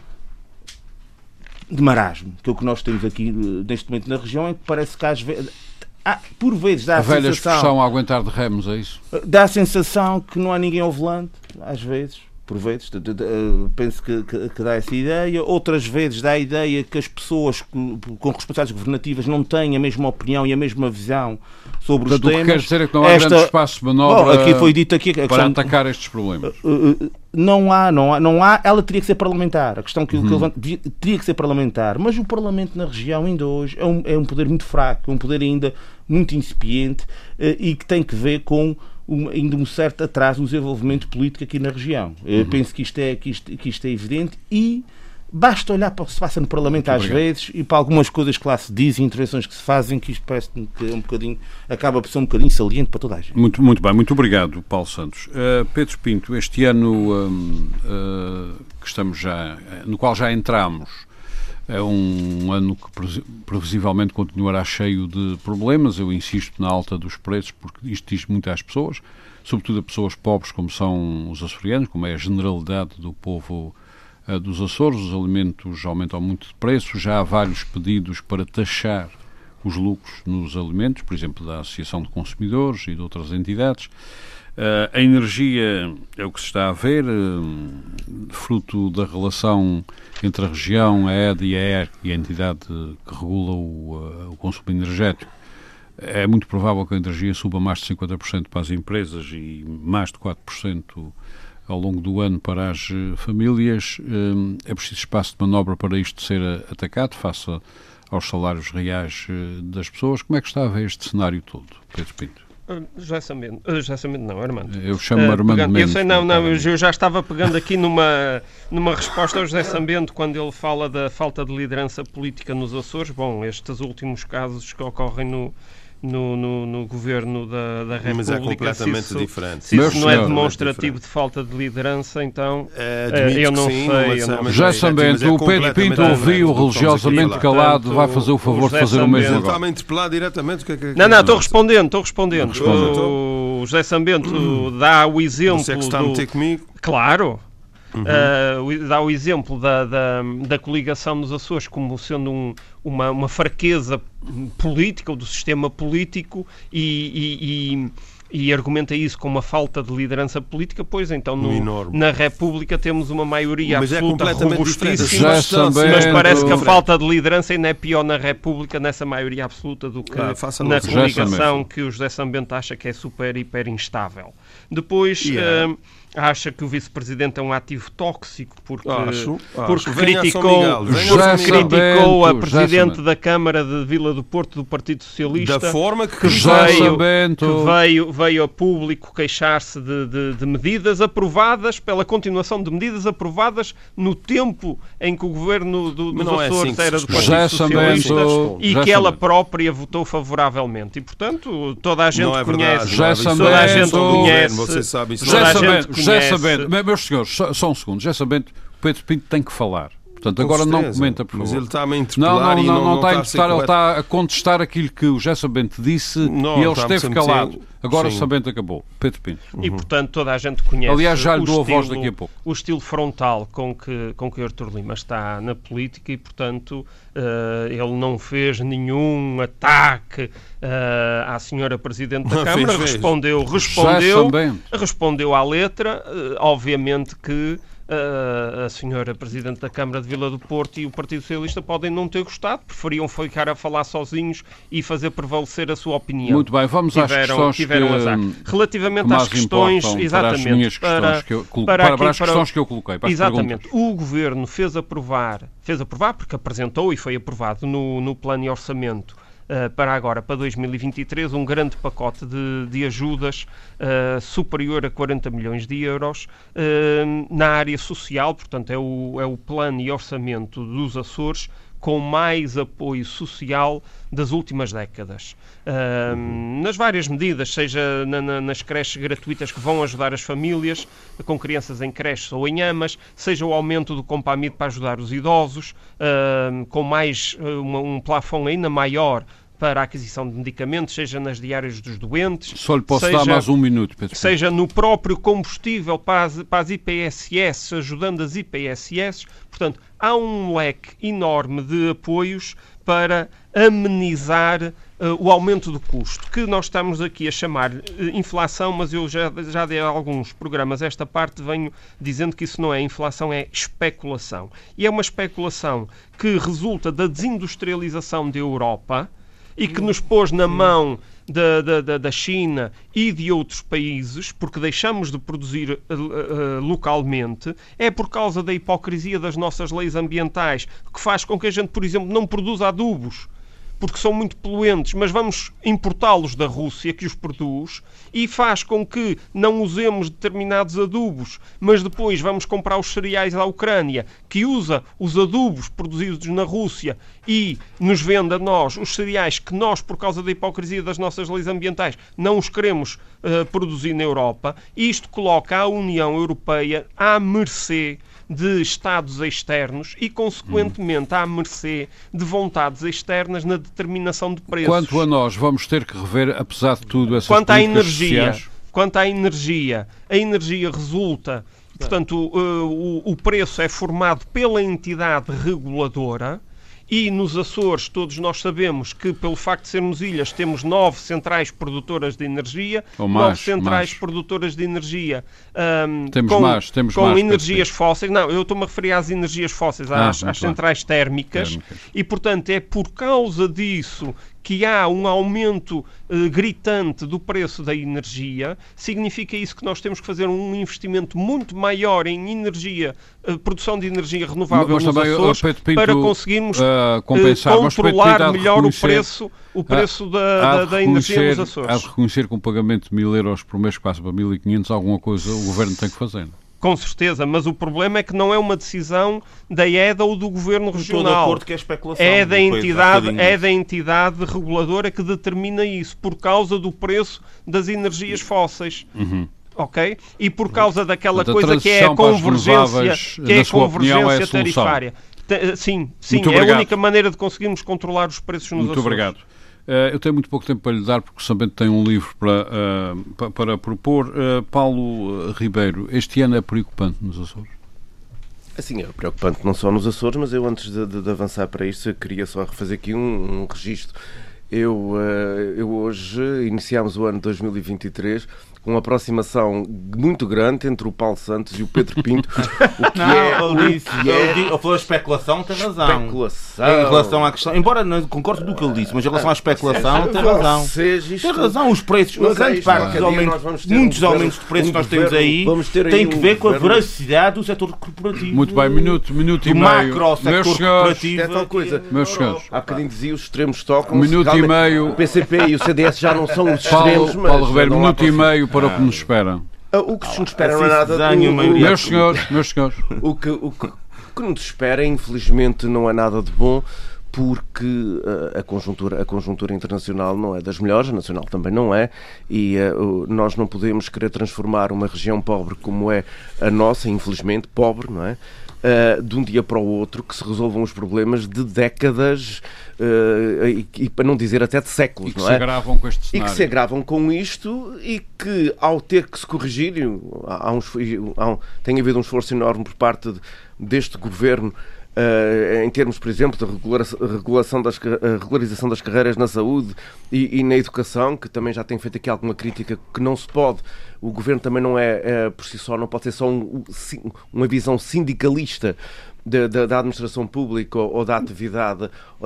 de marasmo, que é o que nós temos aqui neste momento na região, em que parece que às vezes, por vezes dá a velha sensação... expressão a aguentar de remos, é isso? Dá a sensação que não há ninguém ao volante, às vezes, por vezes, penso que dá essa ideia. Outras vezes dá a ideia que as pessoas com responsabilidades governativas não têm a mesma opinião e a mesma visão sobre os temas. O que quer dizer é que não há grande espaço de manobra aqui foi dito aqui, para atacar estes problemas. Não há. Ela teria que ser parlamentar. A questão que eu levanto teria que ser parlamentar. Mas o Parlamento na região ainda hoje é um poder muito fraco, é um poder ainda muito incipiente e que tem que ver com ainda um certo atraso no desenvolvimento político aqui na região. Eu penso que isto é evidente e basta olhar para o que se passa no Parlamento às vezes e para algumas coisas que lá se dizem, intervenções que se fazem, que isto parece-me que é um bocadinho, acaba por ser um bocadinho saliente para toda a gente. Muito bem, muito obrigado, Paulo Santos. Pedro Pinto, este ano que estamos já, no qual já entramos, é um ano que previsivelmente continuará cheio de problemas. Eu insisto na alta dos preços, porque isto diz muito às pessoas, sobretudo a pessoas pobres, como são os açorianos, como é a generalidade do povo dos Açores. Os alimentos aumentam muito de preço, já há vários pedidos para taxar os lucros nos alimentos, por exemplo, da Associação de Consumidores e de outras entidades. A energia é o que se está a ver, fruto da relação entre a região, a ED e a ER, e a entidade que regula o consumo energético. É muito provável que a energia suba mais de 50% para as empresas e mais de 4% ao longo do ano para as famílias. É preciso espaço de manobra para isto ser atacado, face aos salários reais das pessoas. Como é que está a ver este cenário todo, Pedro Pinto? Já sabendo não, Armando. Eu chamo-me Armando Mendes. Eu já estava pegando aqui numa resposta ao José Sambento quando ele fala da falta de liderança política nos Açores. Bom, estes últimos casos que ocorrem no governo da República. Mas é completamente diferente. Se isso não é demonstrativo de falta de liderança, então eu não sei. José Sambento, o Pedro Pinto ouviu religiosamente calado, vai fazer o favor de fazer o mesmo agora. Está-me a interpelar diretamente. Não, estou respondendo. o José Sambento dá o exemplo... Você é que está a meter comigo? Claro. Dá o exemplo da coligação nos Açores como sendo uma fraqueza política ou do sistema político e argumenta isso com uma falta de liderança política, pois então na República temos uma maioria absoluta robustíssima, mas parece que a falta de liderança ainda é pior na República, nessa maioria absoluta, do que na coligação que o José Sambento acha que é super, hiper instável. Depois... acha que o vice-presidente é um ativo tóxico porque criticou a presidente da Câmara de Vila do Porto do Partido Socialista, da forma que veio a público queixar-se de medidas aprovadas, pela continuação de medidas aprovadas no tempo em que o governo dos Açores era do Partido Socialista e que ela própria votou favoravelmente. E, portanto, toda a gente conhece. Toda a gente conhece. Você sabe isso. José Sambento, meus senhores, só um segundo. José Sambento, o Pedro Pinto tem que falar. Portanto, agora não comenta, por favor. Mas ele está-me a interpelar não está a interpelar, ele está a contestar aquilo que o José Sambento disse e ele esteve calado. Agora o Sambento acabou. Pedro Pinto. E, portanto, toda a gente conhece. Aliás, já lhe dou a voz daqui a pouco. O estilo frontal com que Artur Lima está na política e, portanto, ele não fez nenhum ataque à senhora Presidente da Câmara. Respondeu à letra. Obviamente que a senhora Presidente da Câmara de Vila do Porto e o Partido Socialista podem não ter gostado, preferiam ficar a falar sozinhos e fazer prevalecer a sua opinião. Muito bem, vamos às questões relativamente às questões, exatamente, para as questões que eu coloquei. Exatamente, o Governo fez aprovar, porque apresentou e foi aprovado no Plano e Orçamento para 2023, um grande pacote de ajudas superior a 40 milhões de euros na área social, portanto é o plano e orçamento dos Açores com mais apoio social das últimas décadas. Nas várias medidas, seja nas creches gratuitas que vão ajudar as famílias com crianças em creches ou em amas, seja o aumento do Compamid para ajudar os idosos, com mais um plafond ainda maior para a aquisição de medicamentos, seja nas diárias dos doentes. Só lhe posso dar mais um minuto, Pedro. Seja no próprio combustível para as IPSS, ajudando as IPSS. Portanto, há um leque enorme de apoios para amenizar o aumento do custo, que nós estamos aqui a chamar inflação, mas eu já dei a alguns programas esta parte, venho dizendo que isso não é inflação, é especulação. E é uma especulação que resulta da desindustrialização da Europa, e que nos pôs na mão da China e de outros países, porque deixamos de produzir localmente, é por causa da hipocrisia das nossas leis ambientais, que faz com que a gente, por exemplo, não produza adubos, porque são muito poluentes, mas vamos importá-los da Rússia, que os produz, e faz com que não usemos determinados adubos, mas depois vamos comprar os cereais à Ucrânia, que usa os adubos produzidos na Rússia e nos vende a nós os cereais que nós, por causa da hipocrisia das nossas leis ambientais, não os queremos produzir na Europa. Isto coloca a União Europeia à mercê de Estados externos e, consequentemente, à mercê de vontades externas na determinação de preços. Quanto a nós, vamos ter que rever, apesar de tudo, essas políticas sociais? Quanto à energia, a energia resulta, portanto, o preço é formado pela entidade reguladora. E nos Açores, todos nós sabemos que, pelo facto de sermos ilhas, temos 9 centrais produtoras de energia, produtoras de energia com energias fósseis. Não, eu estou-me a referir às energias fósseis, às centrais térmicas. E, portanto, é por causa disso que há um aumento gritante do preço da energia. Significa isso que nós temos que fazer um investimento muito maior em energia, produção de energia renovável nos Açores, para conseguirmos controlar melhor o preço da energia nos Açores. Há de reconhecer que um pagamento de 1.000 euros por mês, que passa para 1.500, alguma coisa o Governo tem que fazer. Com certeza, mas o problema é que não é uma decisão da EDA ou do Governo Regional. Estou de acordo que é especulação. É da entidade reguladora que determina isso, por causa do preço das energias fósseis. Ok? E por causa daquela coisa que é a convergência, tarifária. Sim, é a única maneira de conseguirmos controlar os preços nos Açores. Muito obrigado. Eu tenho muito pouco tempo para lhe dar, porque também tem um livro para propor. Paulo Ribeiro, este ano é preocupante nos Açores? Assim, é preocupante não só nos Açores, mas eu antes de avançar para isto, eu queria só refazer aqui um registro. Eu hoje iniciámos o ano de 2023 com uma aproximação muito grande entre o Paulo Santos e o Pedro Pinto. O que ele falou especulação, tem razão. Especulação. Em relação à questão, embora não concorde com o que ele disse, mas em relação à especulação, tem razão. Tem razão, os preços, uma grande parte dos aumentos, muitos aumentos de preços que nós temos aí, têm que ver com a veracidade do setor corporativo. Muito bem, minuto e meio. Macro setor corporativo. É tal coisa. Meus senhores. Há bocadinho dizia os extremos tocam. Minuto e meio. O PCP e o CDS já não são os extremos, mas... Paulo Ribeiro, minuto e meio para o que nos espera. O que se nos espera não é nada... Meus senhores. O que nos espera, infelizmente, não é nada de bom, porque a conjuntura internacional não é das melhores, a nacional também não é, e nós não podemos querer transformar uma região pobre como é a nossa, infelizmente, pobre, não é? De um dia para o outro, que se resolvam os problemas de décadas e para não dizer até de séculos, não é? E que se agravam com este cenário. E que se agravam com isto e que, ao ter que se corrigir, tem havido um esforço enorme por parte deste governo em termos, por exemplo, de regularização das carreiras na saúde e na educação, que também já tem feito aqui alguma crítica, que não se pode. O governo também não por si só, não pode ser só uma visão sindicalista da administração pública ou da atividade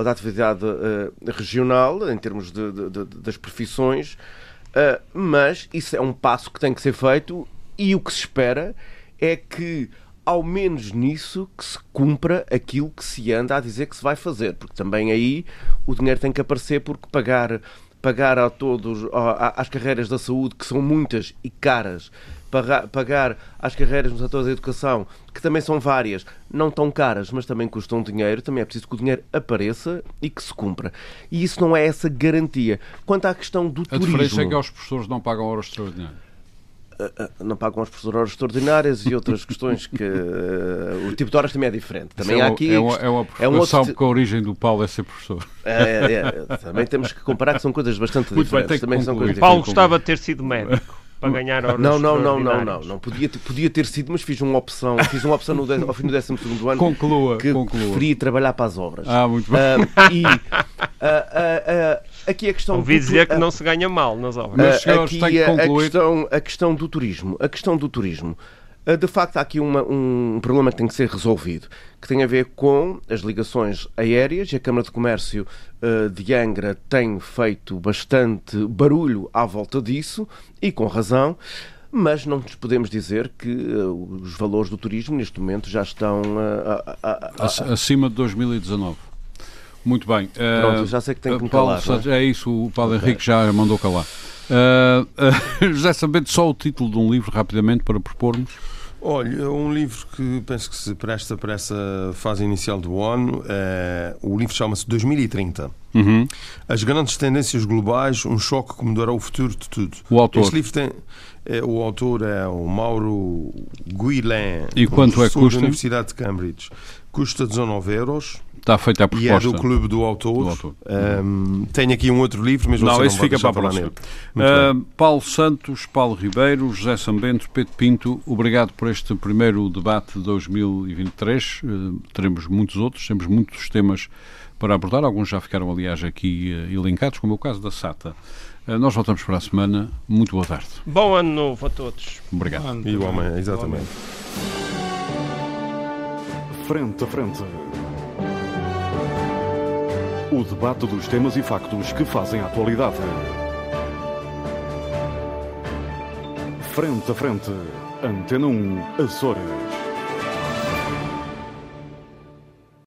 regional, em termos das profissões, mas isso é um passo que tem que ser feito, e o que se espera é que, ao menos nisso, que se cumpra aquilo que se anda a dizer que se vai fazer, porque também aí o dinheiro tem que aparecer, porque pagar a todos, às carreiras da saúde, que são muitas e caras, pagar às carreiras no setor da educação, que também são várias, não tão caras, mas também custam dinheiro, também é preciso que o dinheiro apareça e que se cumpra. E isso não é essa garantia. Quanto à questão do turismo... A diferença é que os professores não pagam horas extraordinárias. Não pagam as professoras horas extraordinárias e outras questões que... o tipo de horas também é diferente. Também há aqui... É uma preocupação porque a origem do Paulo é ser professor. Também temos que comparar, que são coisas bastante diferentes. Também são coisas Paulo gostava de ter sido médico para ganhar horas extraordinárias. Não. Podia ter sido, mas fiz uma opção ao fim do 12º ano. Conclua. Preferia trabalhar para as obras. Muito bem. Aqui a questão... Ouvi dizer que não se ganha mal nas obras. Aqui a questão do turismo. De facto, há aqui um problema que tem que ser resolvido, que tem a ver com as ligações aéreas, e a Câmara de Comércio de Angra tem feito bastante barulho à volta disso, e com razão, mas não nos podemos dizer que os valores do turismo neste momento já estão... acima de 2019. Muito bem. Pronto, já sei que tenho que me calar. É isso, o Paulo Henrique já mandou calar. José Sambento, só o título de um livro, rapidamente, para propormos. Olha, um livro que penso que se presta para essa fase inicial do ano. O livro chama-se 2030. As grandes tendências globais, um choque que mudará o futuro de tudo. O autor? Este livro o autor é o Mauro Guillain. E quanto é que custa? Da Universidade de Cambridge. Custa 19 euros. Está feita a proposta. E é do Clube do Autor. Tenho aqui um outro livro, mas não fica para falar nele. Paulo Santos, Paulo Ribeiro, José Sambento, Pedro Pinto, obrigado por este primeiro debate de 2023. Teremos muitos outros, temos muitos temas para abordar. Alguns já ficaram, aliás, aqui elencados, como é o caso da SATA. Nós voltamos para a semana. Muito boa tarde. Bom ano novo a todos. Obrigado. Igualmente, exatamente. Frente a frente. O debate dos temas e factos que fazem a atualidade. Frente a frente. Antena 1, Açores.